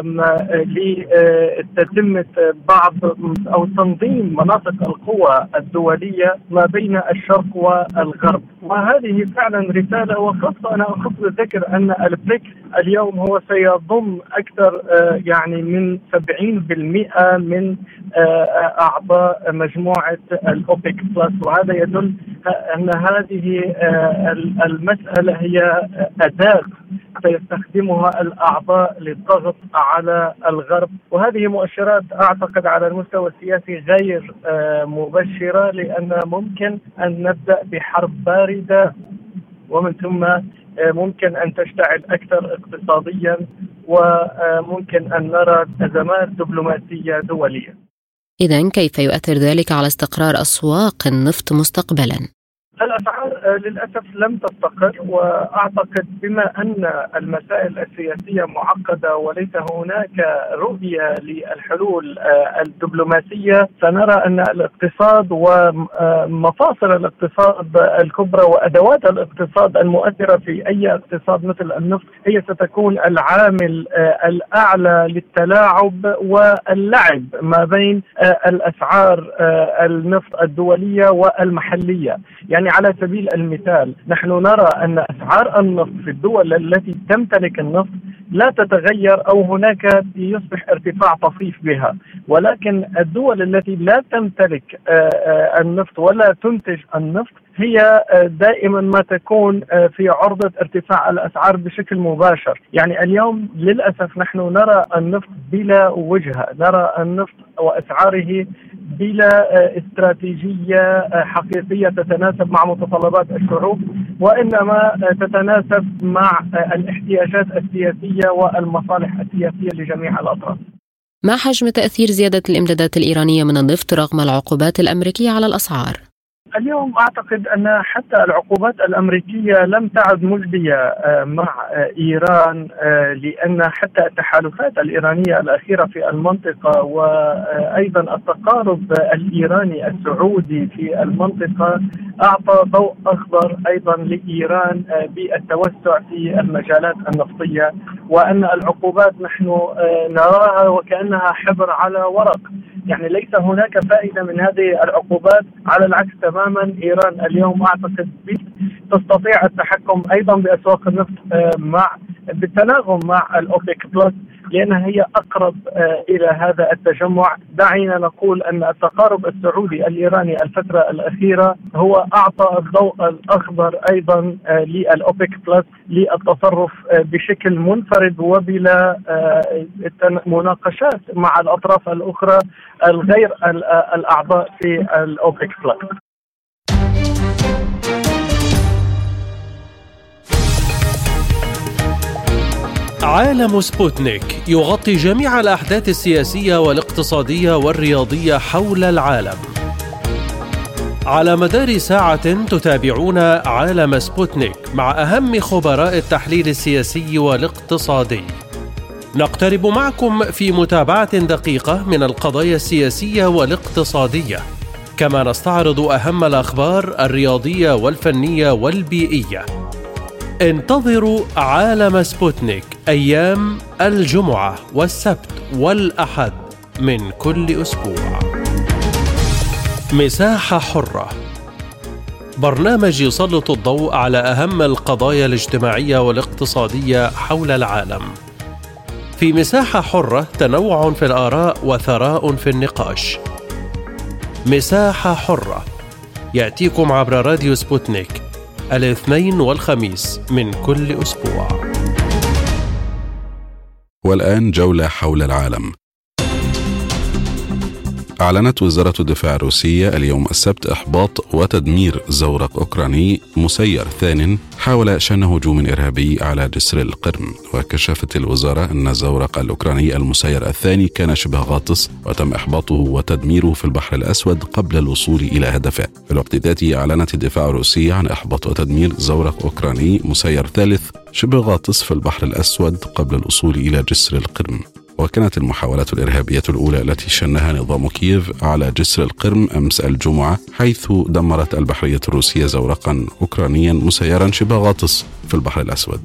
لتتمة بعض أو تنظيم مناطق القوى الدولية ما بين الشرق والغرب، وهذه فعلا رسالة. وخاصة أنا أخص بالذكر أن البريكس اليوم هو سيضم أكثر يعني من سبعين بالمئة من أعضاء مجموعة الأوبك بلس، وهذا يدل أن هذه المسألة هي أداة سيستخدمها الأعضاء للضغط على الغرب، وهذه مؤشرات أعتقد على المستوى السياسي غير مبشرة، لأن ممكن أن نبدأ بحرب باردة ومن ثم ممكن أن تشتعل أكثر اقتصاديا، وممكن أن نرى أزمات دبلوماسية دولية. إذن كيف يؤثر ذلك على استقرار أسواق النفط مستقبلا؟ الأسعار للأسف لم تستقر، وأعتقد بما أن المسائل السياسية معقدة وليس هناك رؤية للحلول الدبلوماسية، سنرى أن الاقتصاد ومفاصل الاقتصاد الكبرى وأدوات الاقتصاد المؤثرة في أي اقتصاد مثل النفط هي ستكون العامل الأعلى للتلاعب واللعب ما بين الأسعار النفط الدولية والمحلية. يعني على سبيل المثال نحن نرى أن أسعار النفط في الدول التي تمتلك النفط لا تتغير أو هناك يصبح ارتفاع طفيف بها، ولكن الدول التي لا تمتلك النفط ولا تنتج النفط هي دائما ما تكون في عرضة ارتفاع الأسعار بشكل مباشر. يعني اليوم للأسف نحن نرى النفط بلا وجهة، نرى النفط وأسعاره بلا استراتيجية حقيقية تتناسب مع متطلبات الشعوب، وإنما تتناسب مع الاحتياجات السياسية والمصالح السياسية لجميع الأطراف. ما حجم تأثير زيادة الإمدادات الإيرانية من النفط رغم العقوبات الأمريكية على الأسعار؟ اليوم أعتقد أن حتى العقوبات الأمريكية لم تعد مجدية مع إيران، لأن حتى التحالفات الإيرانية الأخيرة في المنطقة وأيضا التقارب الإيراني السعودي في المنطقة أعطى ضوء أخضر أيضا لإيران بالتوسع في المجالات النفطية، وأن العقوبات نحن نراها وكأنها حبر على ورق، يعني ليس هناك فائدة من هذه العقوبات. على العكس تماما إيران اليوم أعتقد تستطيع التحكم أيضا بأسواق النفط مع بالتناغم مع الأوبك بلس، لأنها هي أقرب إلى هذا التجمع. دعينا نقول أن التقارب السعودي الإيراني الفترة الأخيرة هو أعطى الضوء الأخضر أيضا للأوبك بلس للتصرف بشكل منفرد وبلا مناقشات مع الأطراف الأخرى الغير الأعضاء في الأوبك بلس. عالم سبوتنيك يغطي جميع الأحداث السياسية والاقتصادية والرياضية حول العالم. على مدار ساعة تتابعون عالم سبوتنيك مع أهم خبراء التحليل السياسي والاقتصادي. نقترب معكم في متابعة دقيقة من القضايا السياسية والاقتصادية، كما نستعرض أهم الأخبار الرياضية والفنية والبيئية. انتظروا عالم سبوتنيك أيام الجمعة والسبت والأحد من كل أسبوع. مساحة حرة، برنامج يسلط الضوء على أهم القضايا الاجتماعية والاقتصادية حول العالم. في مساحة حرة تنوع في الآراء وثراء في النقاش. مساحة حرة يأتيكم عبر راديو سبوتنيك الاثنين والخميس من كل أسبوع. والآن جولة حول العالم. أعلنت وزارة الدفاع الروسية اليوم السبت إحباط وتدمير زورق أوكراني مسير ثان حاول شن هجوم إرهابي على جسر القرم. وكشفت الوزارة أن الزورق الأوكراني المسير الثاني كان شبه غاطس وتم إحباطه وتدميره في البحر الأسود قبل الوصول إلى هدفه. في الوقت ذاته أعلنت الدفاع الروسي عن إحباط وتدمير زورق أوكراني مسير ثالث شبه غاطس في البحر الأسود قبل الوصول إلى جسر القرم. وكانت المحاولات الإرهابية الأولى التي شنها نظام كييف على جسر القرم أمس الجمعة، حيث دمرت البحرية الروسية زورقا أوكرانيا مسيرا شبه غاطس في البحر الأسود.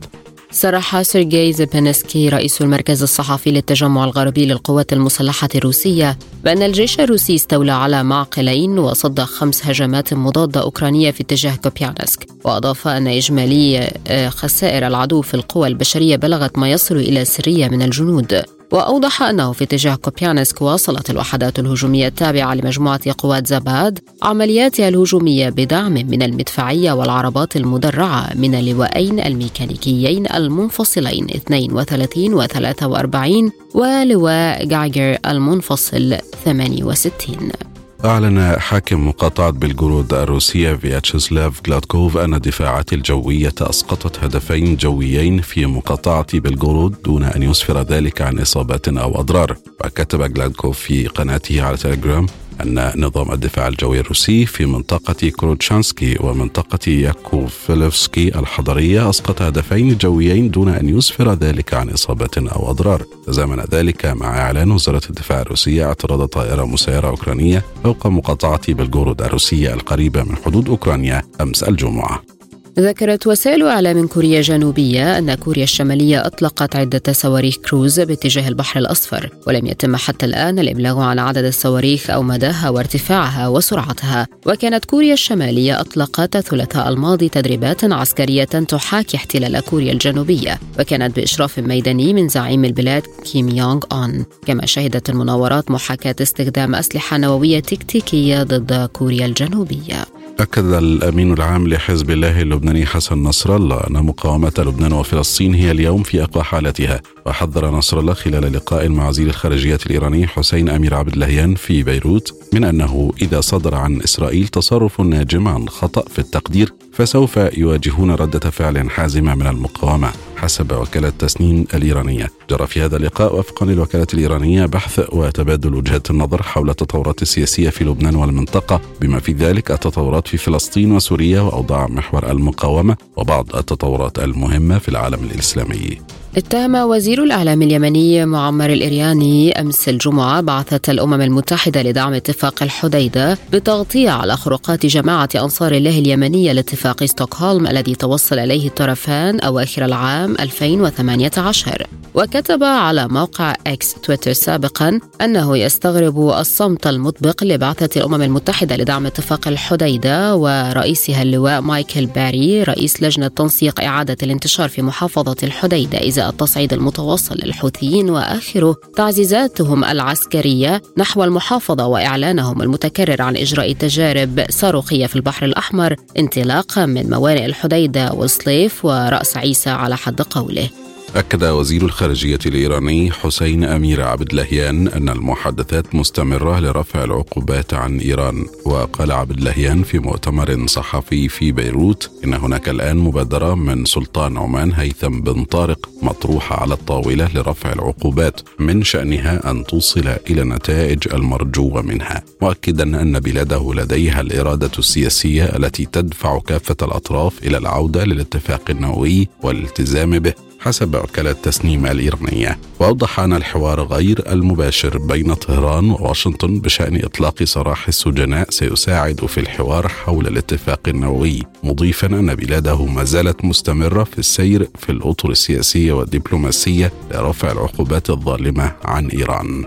صرح سيرجي زيبينسكي رئيس المركز الصحفي للتجمع الغربي للقوات المسلحة الروسية بأن الجيش الروسي استولى على معقلين وصد خمس هجمات مضادة أوكرانية في اتجاه كوبيانسك. وأضاف أن إجمالي خسائر العدو في القوى البشرية بلغت ما يصل إلى سرية من الجنود. وأوضح أنه في اتجاه كوبيانسك واصلت الوحدات الهجومية التابعة لمجموعة قوات زباد عملياتها الهجومية بدعم من المدفعية والعربات المدرعة من اللواءين الميكانيكيين المنفصلين اثنين وثلاثين و ثلاثة وأربعين ولواء جايجر المنفصل ثمانية وستين. أعلن حاكم مقاطعة بلغورود الروسية فياتشيسلاف غلادكوف أن الدفاعات الجوية أسقطت هدفين جويين في مقاطعة بلغورود دون أن يسفر ذلك عن إصابات أو أضرار. وكتب غلادكوف في قناته على تليجرام أن نظام الدفاع الجوي الروسي في منطقة كروتشانسكي ومنطقة ياكوفيلوفسكي الحضرية أسقط هدفين جويين دون أن يسفر ذلك عن إصابات أو أضرار. تزامن ذلك مع إعلان وزارة الدفاع الروسية اعتراض طائرة مسيرة أوكرانية فوق مقاطعة بلغورود الروسية القريبة من حدود أوكرانيا أمس الجمعة. ذكرت وسائل إعلام كوريا الجنوبية أن كوريا الشمالية أطلقت عدة صواريخ كروز باتجاه البحر الأصفر، ولم يتم حتى الآن الإبلاغ عن عدد الصواريخ أو مداها وارتفاعها وسرعتها. وكانت كوريا الشمالية أطلقت الثلاثاء الماضي تدريبات عسكرية تحاكي احتلال كوريا الجنوبية، وكانت بإشراف ميداني من زعيم البلاد كيم يونغ أون. كما شهدت المناورات محاكاة استخدام أسلحة نووية تكتيكية ضد كوريا الجنوبية. أكد الأمين العام لحزب الله اللبناني حسن نصر الله أن مقاومة لبنان وفلسطين هي اليوم في أقوى حالتها. وحذر نصر الله خلال لقاء مع وزير الخارجية الإيراني حسين أمير عبد اللهيان في بيروت من أنه إذا صدر عن إسرائيل تصرف ناجم عن خطأ في التقدير فسوف يواجهون ردة فعل حازمة من المقاومة حسب وكالة تسنيم الإيرانية. جرى في هذا اللقاء وفقا للوكالة الإيرانية بحث وتبادل وجهات النظر حول التطورات السياسية في لبنان والمنطقة، بما في ذلك التطورات في فلسطين وسوريا وأوضاع محور المقاومة وبعض التطورات المهمة في العالم الإسلامي. اتهم وزير الإعلام اليمني معمر الإرياني أمس الجمعة بعثة الأمم المتحدة لدعم اتفاق الحديدة بتغطية على خروقات جماعة أنصار الله اليمنية لاتفاق ستوكهولم الذي توصل إليه الطرفان أواخر العام ألفين وثمانية عشر. وكتب على موقع إكس تويتر سابقا أنه يستغرب الصمت المطبق لبعثة الأمم المتحدة لدعم اتفاق الحديدة ورئيسها اللواء مايكل باري رئيس لجنة تنسيق إعادة الانتشار في محافظة الحديدة إزاء التصعيد المتواصل للحوثيين وآخره تعزيزاتهم العسكرية نحو المحافظة وإعلانهم المتكرر عن إجراء تجارب صاروخية في البحر الأحمر انطلاقا من موانئ الحديدة والصليف ورأس عيسى على حد قوله. أكد وزير الخارجية الإيراني حسين أمير عبد اللهيان أن المحادثات مستمرة لرفع العقوبات عن إيران. وقال عبد اللهيان في مؤتمر صحفي في بيروت إن هناك الآن مبادرة من سلطان عمان هيثم بن طارق مطروحة على الطاولة لرفع العقوبات من شأنها أن توصل إلى النتائج المرجوة منها، مؤكدا أن بلاده لديها الإرادة السياسية التي تدفع كافة الأطراف إلى العودة للاتفاق النووي والالتزام به حسب وكالة تسنيم الإيرانية. وأوضح أن الحوار غير المباشر بين طهران وواشنطن بشأن إطلاق سراح السجناء سيساعد في الحوار حول الاتفاق النووي، مضيفا أن بلاده ما زالت مستمرة في السير في الأطر السياسية والدبلوماسية لرفع العقوبات الظالمة عن إيران.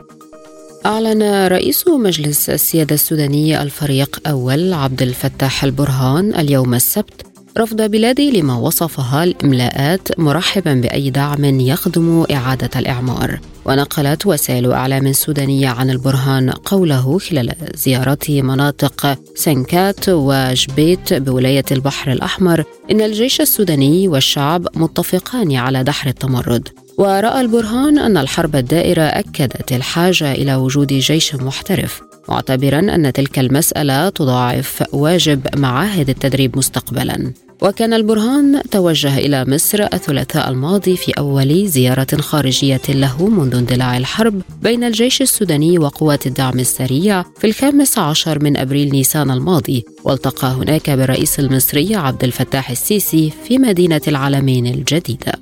أعلن رئيس مجلس السيادة السوداني الفريق أول عبد الفتاح البرهان اليوم السبت رفض بلاده لما وصفها الإملاءات مرحبا بأي دعم يخدم إعادة الإعمار. ونقلت وسائل إعلام سودانية عن البرهان قوله خلال زيارته مناطق سنكات وجبيت بولاية البحر الأحمر إن الجيش السوداني والشعب متفقان على دحر التمرد. ورأى البرهان أن الحرب الدائرة أكدت الحاجة إلى وجود جيش محترف. معتبرا أن تلك المسألة تضاعف واجب معاهد التدريب مستقبلا. وكان البرهان توجه إلى مصر الثلاثاء الماضي في أول زيارة خارجية له منذ اندلاع الحرب بين الجيش السوداني وقوات الدعم السريع في الخامس عشر من أبريل نيسان الماضي، والتقى هناك بالرئيس المصري عبد الفتاح السيسي في مدينة العلمين الجديدة.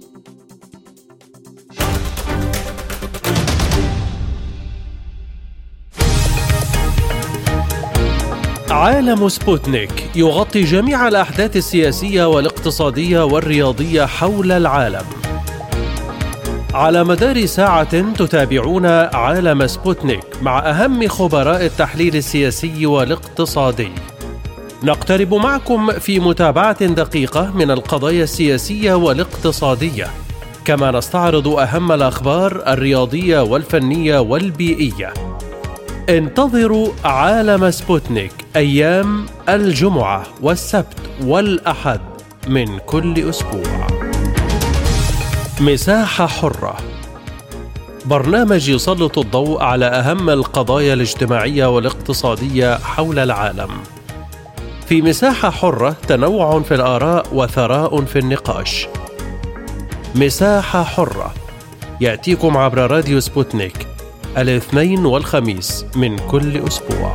عالم سبوتنيك يغطي جميع الأحداث السياسية والاقتصادية والرياضية حول العالم. على مدار ساعة تتابعون عالم سبوتنيك مع أهم خبراء التحليل السياسي والاقتصادي. نقترب معكم في متابعة دقيقة من القضايا السياسية والاقتصادية، كما نستعرض أهم الأخبار الرياضية والفنية والبيئية. انتظروا عالم سبوتنيك أيام الجمعة والسبت والأحد من كل أسبوع. مساحة حرة، برنامج يسلط الضوء على أهم القضايا الاجتماعية والاقتصادية حول العالم. في مساحة حرة تنوع في الآراء وثراء في النقاش. مساحة حرة يأتيكم عبر راديو سبوتنيك الاثنين والخميس من كل أسبوع.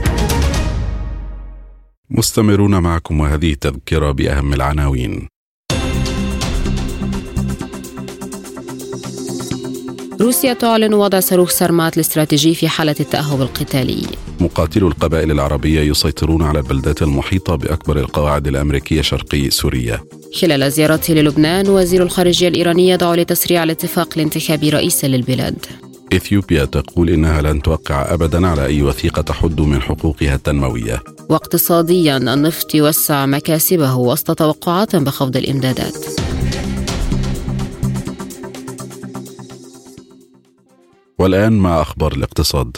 مستمرون معكم وهذه تذكرة بأهم العناوين. روسيا تعلن وضع صاروخ سرمات الاستراتيجي في حالة التأهب القتالي. مقاتلو القبائل العربية يسيطرون على البلدات المحيطة بأكبر القواعد الأمريكية شرقي سوريا. خلال زيارته للبنان، وزير الخارجية الإيراني يدعو لتسريع الاتفاق الانتخابي رئيسا للبلاد. إثيوبيا تقول إنها لن توقع أبدا على أي وثيقة تحد من حقوقها التنموية. واقتصاديا، النفط يوسع مكاسبه وسط توقعات بخفض الإمدادات. والآن مع أخبار الاقتصاد.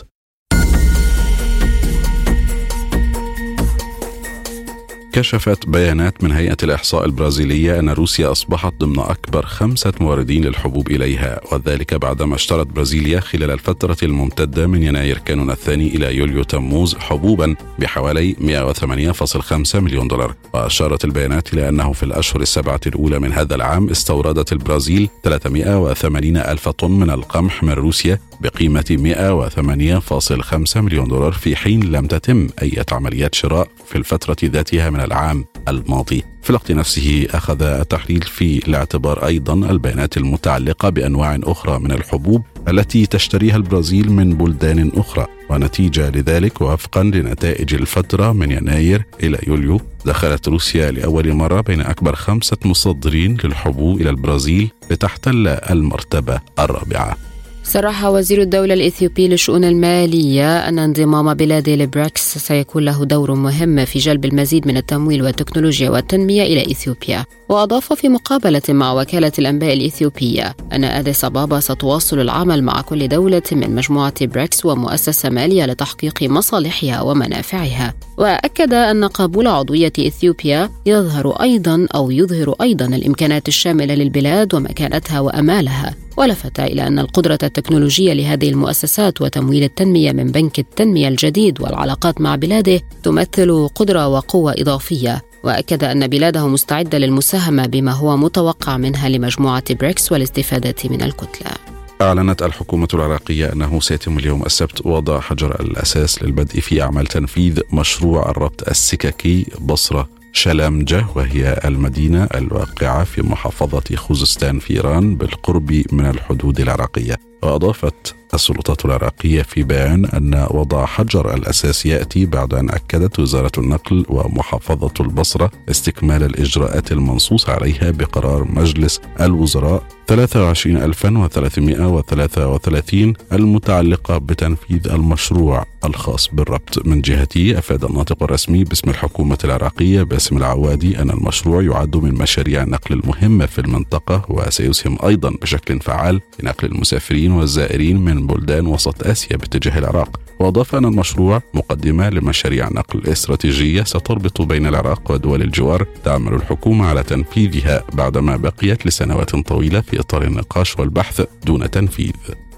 كشفت بيانات من هيئة الإحصاء البرازيلية أن روسيا أصبحت ضمن أكبر خمسة موردين للحبوب إليها، وذلك بعدما اشترت برازيليا خلال الفترة الممتدة من يناير كانون الثاني إلى يوليو تموز حبوبا بحوالي مئة وثمانية فاصلة خمسة مليون دولار. وأشارت البيانات إلى أنه في الأشهر السبعة الأولى من هذا العام استوردت البرازيل ثلاثمئة وثمانين ألف طن من القمح من روسيا بقيمة مئة وثمانية فاصلة خمسة مليون دولار، في حين لم تتم أي عمليات شراء في الفترة ذاتها من العام الماضي. في الوقت نفسه أخذ التحليل في الاعتبار أيضا البيانات المتعلقة بأنواع أخرى من الحبوب التي تشتريها البرازيل من بلدان أخرى، ونتيجة لذلك وفقا لنتائج الفترة من يناير إلى يوليو دخلت روسيا لأول مرة بين أكبر خمسة مصدرين للحبوب إلى البرازيل لتحتل المرتبة الرابعة. صرح وزير الدولة الإثيوبي للشؤون المالية أن انضمام بلاده لبريكس سيكون له دور مهم في جلب المزيد من التمويل والتكنولوجيا والتنمية إلى إثيوبيا. وأضاف في مقابلة مع وكالة الأنباء الإثيوبية أن أديس أبابا ستواصل العمل مع كل دولة من مجموعة بريكس ومؤسسة مالية لتحقيق مصالحها ومنافعها. وأكد أن قبول عضوية إثيوبيا يظهر أيضا أو يظهر أيضا الإمكانات الشاملة للبلاد ومكانتها وأمالها. ولفت إلى أن القدرة التكنولوجية لهذه المؤسسات وتمويل التنمية من بنك التنمية الجديد والعلاقات مع بلاده تمثل قدرة وقوة إضافية. وأكد أن بلاده مستعدة للمساهمة بما هو متوقع منها لمجموعة بريكس والاستفادة من الكتلة. أعلنت الحكومة العراقية أنه سيتم اليوم السبت وضع حجر الأساس للبدء في أعمال تنفيذ مشروع الربط السككي بصرة شلامجة، وهي المدينة الواقعة في محافظة خوزستان في إيران بالقرب من الحدود العراقية. وأضافت السلطات العراقية في بيان أن وضع حجر الأساس يأتي بعد أن أكدت وزارة النقل ومحافظة البصرة استكمال الإجراءات المنصوص عليها بقرار مجلس الوزراء ثلاثة وعشرين ألف وثلاثمئة وثلاثة وثلاثين المتعلقة بتنفيذ المشروع الخاص بالربط. من جهته أفاد الناطق الرسمي باسم الحكومة العراقية باسم العوادي أن المشروع يعد من مشاريع النقل المهمة في المنطقة، وسيسهم أيضا بشكل فعال في نقل المسافرين والزائرين من بلدان وسط آسيا باتجاه العراق. وأضاف أن المشروع مقدمة لمشاريع نقل استراتيجية ستربط بين العراق ودول الجوار تعمل الحكومة على تنفيذها بعدما بقيت لسنوات طويلة في إطار النقاش والبحث دون تنفيذ.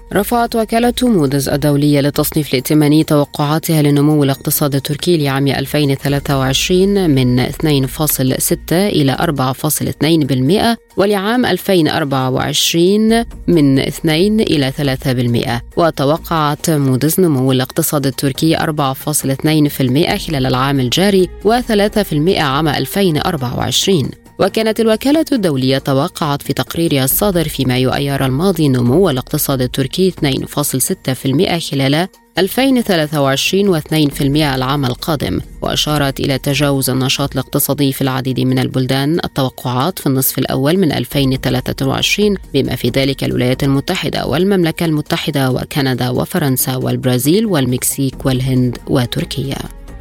رفعت وكالة مودز الدولية للتصنيف الائتماني توقعاتها لنمو الاقتصاد التركي لعام ألفين وثلاثة وعشرين من اثنين فاصلة ستة إلى أربعة فاصلة اثنين بالمئة، ولعام ألفين وأربعة وعشرين من اثنين إلى ثلاثة بالمئة. وتوقعت مودز نمو الاقتصاد التركي أربعة فاصلة اثنين بالمئة خلال العام الجاري وثلاثة بالمئة عام ألفين وأربعة وعشرين. وكانت الوكالة الدولية توقعت في تقريرها الصادر في مايو أيار الماضي نمو الاقتصاد التركي اثنين فاصلة ستة بالمئة خلال ألفين وثلاثة وعشرين واثنين بالمئة العام القادم، وأشارت إلى تجاوز النشاط الاقتصادي في العديد من البلدان التوقعات في النصف الأول من ألفين وثلاثة وعشرين، بما في ذلك الولايات المتحدة والمملكة المتحدة وكندا وفرنسا والبرازيل والمكسيك والهند وتركيا.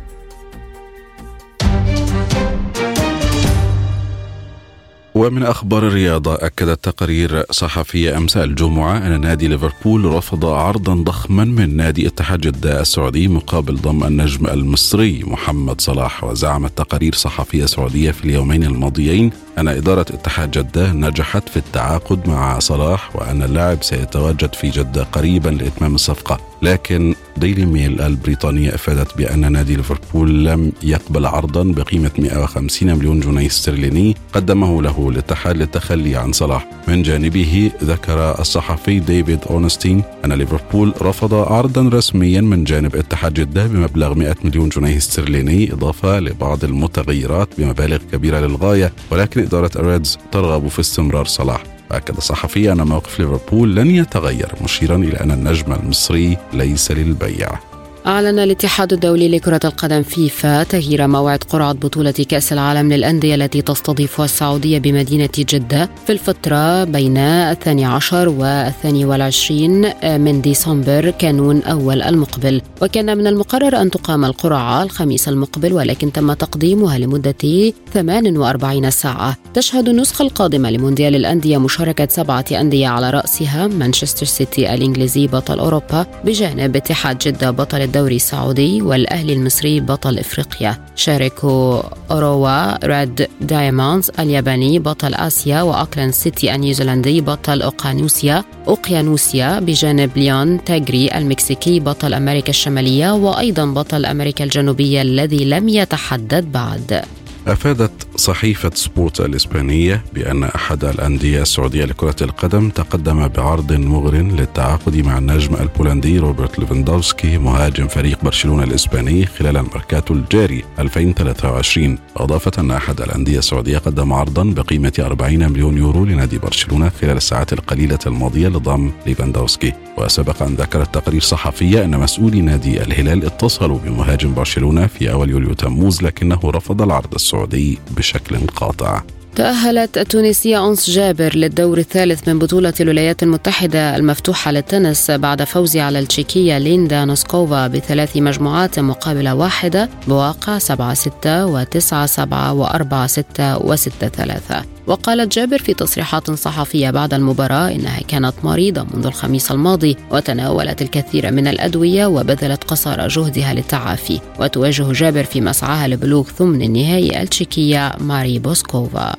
ومن أخبار الرياضة، أكدت تقارير صحفية أمس الجمعة أن نادي ليفربول رفض عرضا ضخما من نادي اتحاد جدة السعودي مقابل ضم النجم المصري محمد صلاح. وزعمت تقارير صحفية سعودية في اليومين الماضيين أن إدارة اتحاد جدة نجحت في التعاقد مع صلاح وأن اللاعب سيتواجد في جدة قريبا لإتمام الصفقة. لكن ديلي ميل البريطانية أفادت بأن نادي ليفربول لم يقبل عرضا بقيمة مئة وخمسين مليون جنيه استرليني قدمه له الاتحاد للتخلي عن صلاح. من جانبه ذكر الصحفي ديفيد أونستين أن ليفربول رفض عرضا رسميا من جانب اتحاد جدة بمبلغ مئة مليون جنيه استرليني إضافة لبعض المتغيرات بمبالغ كبيرة للغاية، ولكن إدارة الريدز ترغب في استمرار صلاح. أكد الصحفي أن موقف ليفربول لن يتغير، مشيرا إلى أن النجم المصري ليس للبيع. أعلن الاتحاد الدولي لكرة القدم فيفا تغيير موعد قرعة بطولة كأس العالم للأندية التي تستضيفها السعودية بمدينة جدة في الفترة بين الثاني عشر والثاني والعشرين من ديسمبر كانون أول المقبل. وكان من المقرر أن تقام القرعة الخميس المقبل، ولكن تم تقديمها لمدة ثمان وأربعين ساعة. تشهد النسخة القادمة لمونديال الأندية مشاركة سبعة أندية على رأسها مانشستر سيتي الإنجليزي بطل أوروبا بجانب اتحاد جدة بطل الدوري السعودي والأهلي المصري بطل إفريقيا. شاركوا أوروا ريد دايموندز الياباني بطل آسيا وأوكلاند سيتي النيوزيلندي بطل أوقيانوسيا أوقيانوسيا بجانب ليون تاغري المكسيكي بطل أمريكا الشمالية وأيضا بطل أمريكا الجنوبية الذي لم يتحدد بعد. أفادت صحيفة سبورت الإسبانية بأن أحد الأندية السعودية لكرة القدم تقدم بعرض مغر للتعاقد مع النجم البولندي روبرت ليفاندوفسكي مهاجم فريق برشلونة الإسباني خلال الميركاتو الجاري ألفين وثلاثة وعشرين. أضافت أن أحد الأندية السعودية قدم عرضا بقيمة أربعين مليون يورو لنادي برشلونة خلال الساعات القليلة الماضية لضم ليفاندوفسكي. وسبق أن ذكرت تقارير صحفية أن مسؤولي نادي الهلال اتصلوا بمهاجم برشلونة في أول يوليو تموز، لكنه رفض العرض السعودي بشكل قاطع. تأهلت التونسية أنس جابر للدور الثالث من بطولة الولايات المتحدة المفتوحة للتنس بعد فوزها على التشيكية ليندا نوسكوفا بثلاث مجموعات مقابل واحدة بواقع سبعة ستة وتسعة سبعة وأربعة ستة وستة ثلاثة. وقالت جابر في تصريحات صحفية بعد المباراة إنها كانت مريضة منذ الخميس الماضي وتناولت الكثير من الأدوية وبذلت قصارى جهدها للتعافي. وتواجه جابر في مسعاها لبلوغ ثمن النهائي التشيكية ماري بوسكوفا.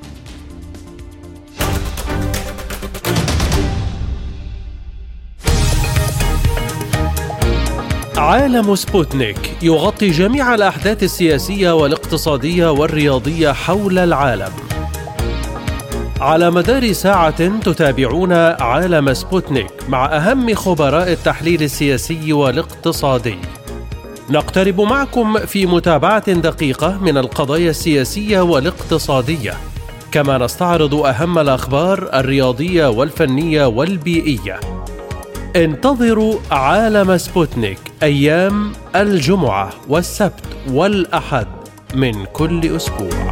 عالم سبوتنيك يغطي جميع الأحداث السياسية والاقتصادية والرياضية حول العالم. على مدار ساعة تتابعون عالم سبوتنيك مع أهم خبراء التحليل السياسي والاقتصادي. نقترب معكم في متابعة دقيقة من القضايا السياسية والاقتصادية، كما نستعرض أهم الأخبار الرياضية والفنية والبيئية. انتظروا عالم سبوتنيك أيام الجمعة والسبت والأحد من كل أسبوع.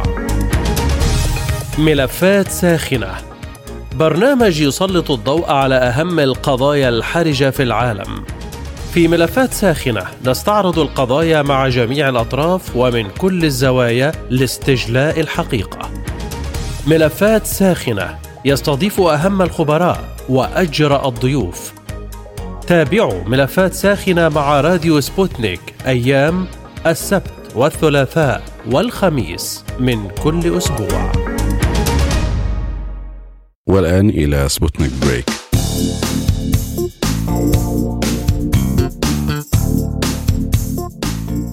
ملفات ساخنة، برنامج يسلط الضوء على أهم القضايا الحرجة في العالم. في ملفات ساخنة نستعرض القضايا مع جميع الأطراف ومن كل الزوايا لاستجلاء الحقيقة. ملفات ساخنة يستضيف أهم الخبراء وأجرأ الضيوف. تابعوا ملفات ساخنة مع راديو سبوتنيك أيام السبت والثلاثاء والخميس من كل أسبوع. والآن إلى سبوتنيك بريك.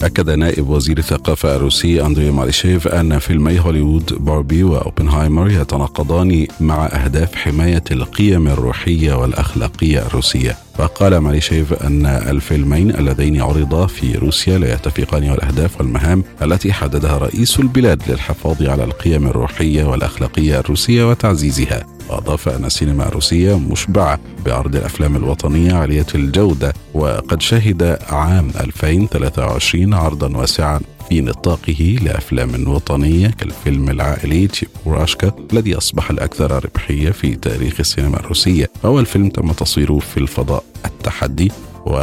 أكد نائب وزير الثقافة الروسي أندري ماليشيف أن فيلمي هوليوود باربي وأوبنهايمر يتناقضان مع أهداف حماية القيم الروحية والأخلاقية الروسية. وقال ماليشيف أن الفيلمين اللذين عرضا في روسيا لا يتفقان على الأهداف والمهام التي حددها رئيس البلاد للحفاظ على القيم الروحية والأخلاقية الروسية وتعزيزها. وأضاف أن السينما الروسية مشبعة بعرض الأفلام الوطنية عالية الجودة، وقد شهد عام ألفين وثلاثة وعشرين عرضا واسعا في نطاقه لأفلام وطنية كالفيلم العائلي تشيبوراشكا الذي أصبح الأكثر ربحية في تاريخ السينما الروسية. أول فيلم تم تصويره في الفضاء التحدي،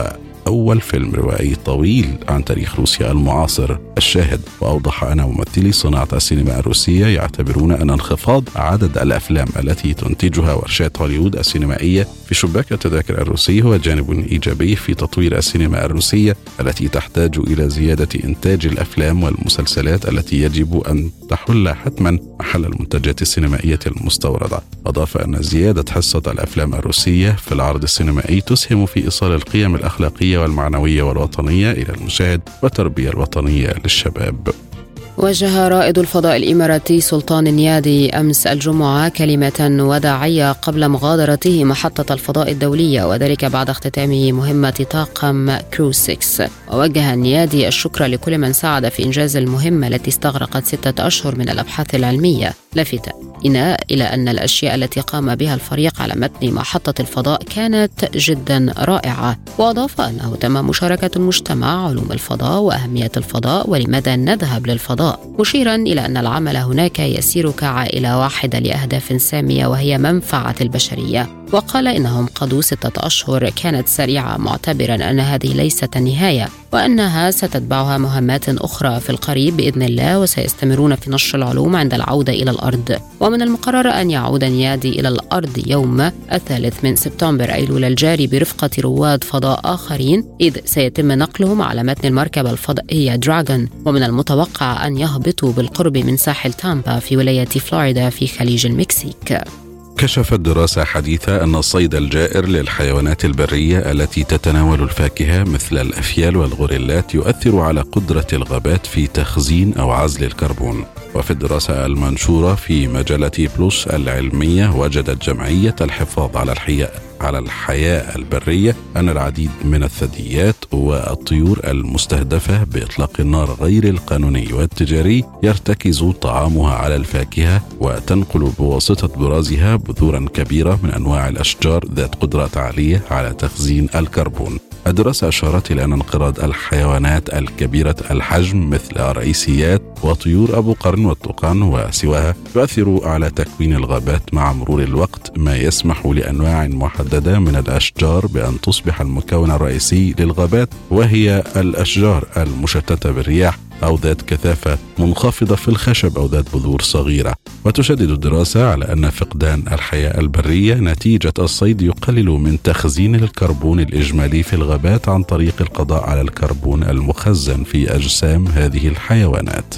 وأول فيلم روائي طويل عن تاريخ روسيا المعاصر الشاهد. وأوضح أن ممثلي صناعة السينما الروسية يعتبرون أن انخفاض عدد الأفلام التي تنتجها ورشات هوليوود السينمائية في شباك التذاكر الروسي هو جانب إيجابي في تطوير السينما الروسية التي تحتاج إلى زيادة إنتاج الأفلام والمسلسلات التي يجب أن تحل حتما محل المنتجات السينمائية المستوردة. أضاف أن زيادة حصة الأفلام الروسية في العرض السينمائي تسهم في إيصال القيم الأخلاقية والمعنوية والوطنية إلى المشاهد والتربية الوطنية للشباب. وجه رائد الفضاء الإماراتي سلطان النيادي أمس الجمعة كلمة وداعية قبل مغادرته محطة الفضاء الدولية، وذلك بعد اختتام مهمة طاقم كرو ستة. ووجه النيادي الشكر لكل من ساعد في إنجاز المهمة التي استغرقت ستة أشهر من الأبحاث العلمية، لافتة إلى أن الأشياء التي قام بها الفريق على متن محطة الفضاء كانت جدا رائعة. وأضاف أنه تم مشاركة المجتمع علوم الفضاء وأهمية الفضاء ولماذا نذهب للفضاء، مشيرا إلى أن العمل هناك يسير كعائلة واحدة لأهداف سامية وهي منفعة البشرية. وقال إنهم قضوا ستة أشهر كانت سريعة، معتبرا أن هذه ليست النهاية وأنها ستتبعها مهمات أخرى في القريب بإذن الله، وسيستمرون في نشر العلوم عند العودة إلى الأرض. ومن المقرر أن يعود نيادي إلى الأرض يوم الثالث من سبتمبر أيلول الجاري برفقة رواد فضاء آخرين، إذ سيتم نقلهم على متن المركبة الفضائية دراغون، ومن المتوقع أن يهبطوا بالقرب من ساحل تامبا في ولاية فلوريدا في خليج المكسيك. كشفت دراسة حديثة أن الصيد الجائر للحيوانات البرية التي تتناول الفاكهة مثل الأفيال والغوريلات يؤثر على قدرة الغابات في تخزين أو عزل الكربون. وفي الدراسة المنشورة في مجلة بلوس العلمية، وجدت جمعية الحفاظ على الحياة على الحياة البرية أن العديد من الثدييات والطيور المستهدفة بإطلاق النار غير القانوني والتجاري يرتكز طعامها على الفاكهة، وتنقل بواسطة برازها بذورا كبيرة من أنواع الأشجار ذات قدرة عالية على تخزين الكربون. الدراسة أشارت إلى أن انقراض الحيوانات الكبيرة الحجم مثل الرئيسيات وطيور أبو قرن والطوقان وسواها يؤثر على تكوين الغابات مع مرور الوقت، ما يسمح لأنواع محددة من الأشجار بأن تصبح المكون الرئيسي للغابات، وهي الأشجار المشتتة بالرياح أو ذات كثافة منخفضة في الخشب أو ذات بذور صغيرة. وتشدد الدراسة على أن فقدان الحياة البرية نتيجة الصيد يقلل من تخزين الكربون الإجمالي في الغابات عن طريق القضاء على الكربون المخزن في أجسام هذه الحيوانات.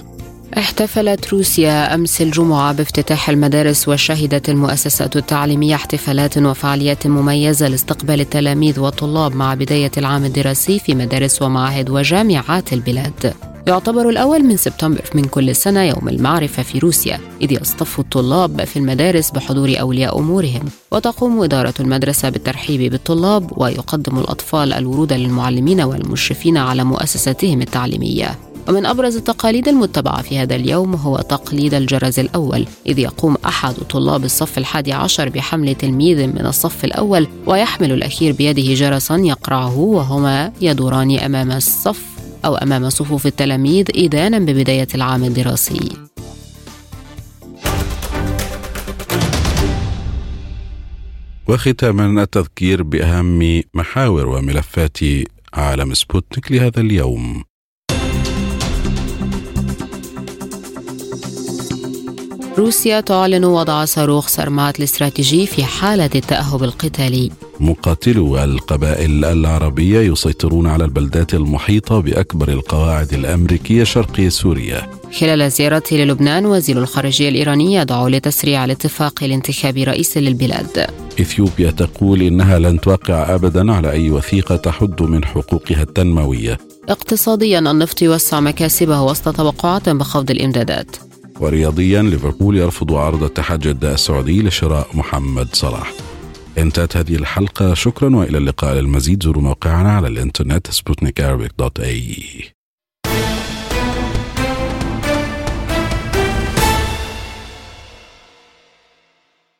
احتفلت روسيا أمس الجمعة بافتتاح المدارس، وشهدت المؤسسات التعليمية احتفالات وفعاليات مميزة لاستقبال التلاميذ والطلاب مع بداية العام الدراسي في مدارس ومعاهد وجامعات البلاد. يعتبر الأول من سبتمبر من كل سنة يوم المعرفة في روسيا، إذ يصطف الطلاب في المدارس بحضور أولياء أمورهم، وتقوم إدارة المدرسة بالترحيب بالطلاب، ويقدم الأطفال الورود للمعلمين والمشرفين على مؤسساتهم التعليمية. ومن أبرز التقاليد المتبعة في هذا اليوم هو تقليد الجرس الأول، إذ يقوم أحد طلاب الصف الحادي عشر بحمل تلميذ من الصف الأول، ويحمل الأخير بيده جرسا يقرعه، وهما يدوران أمام الصف أو أمام صفوف التلاميذ إذانا ببداية العام الدراسي. وختاما التذكير بأهم محاور وملفات عالم سبوتنيك لهذا اليوم. روسيا تعلن وضع صاروخ سرمات الاستراتيجي في حالة التأهب القتالي. مقاتلو القبائل العربية يسيطرون على البلدات المحيطة بأكبر القواعد الأمريكية شرقي سوريا. خلال زيارته للبنان، وزير الخارجية الإيراني يدعو لتسريع الاتفاق الانتخابي رئيس للبلاد. إثيوبيا تقول إنها لن توقع أبدا على أي وثيقة تحد من حقوقها التنموية. اقتصاديا النفط يوسع مكاسبه وسط توقعات بخفض الإمدادات. ورياضيا ليفربول يرفض عرض اتحاد جدة السعودي لشراء محمد صلاح. انتهت هذه الحلقة، شكرا وإلى اللقاء. للمزيد زوروا موقعنا على الإنترنت سبوتنيك عربيك دوت اي.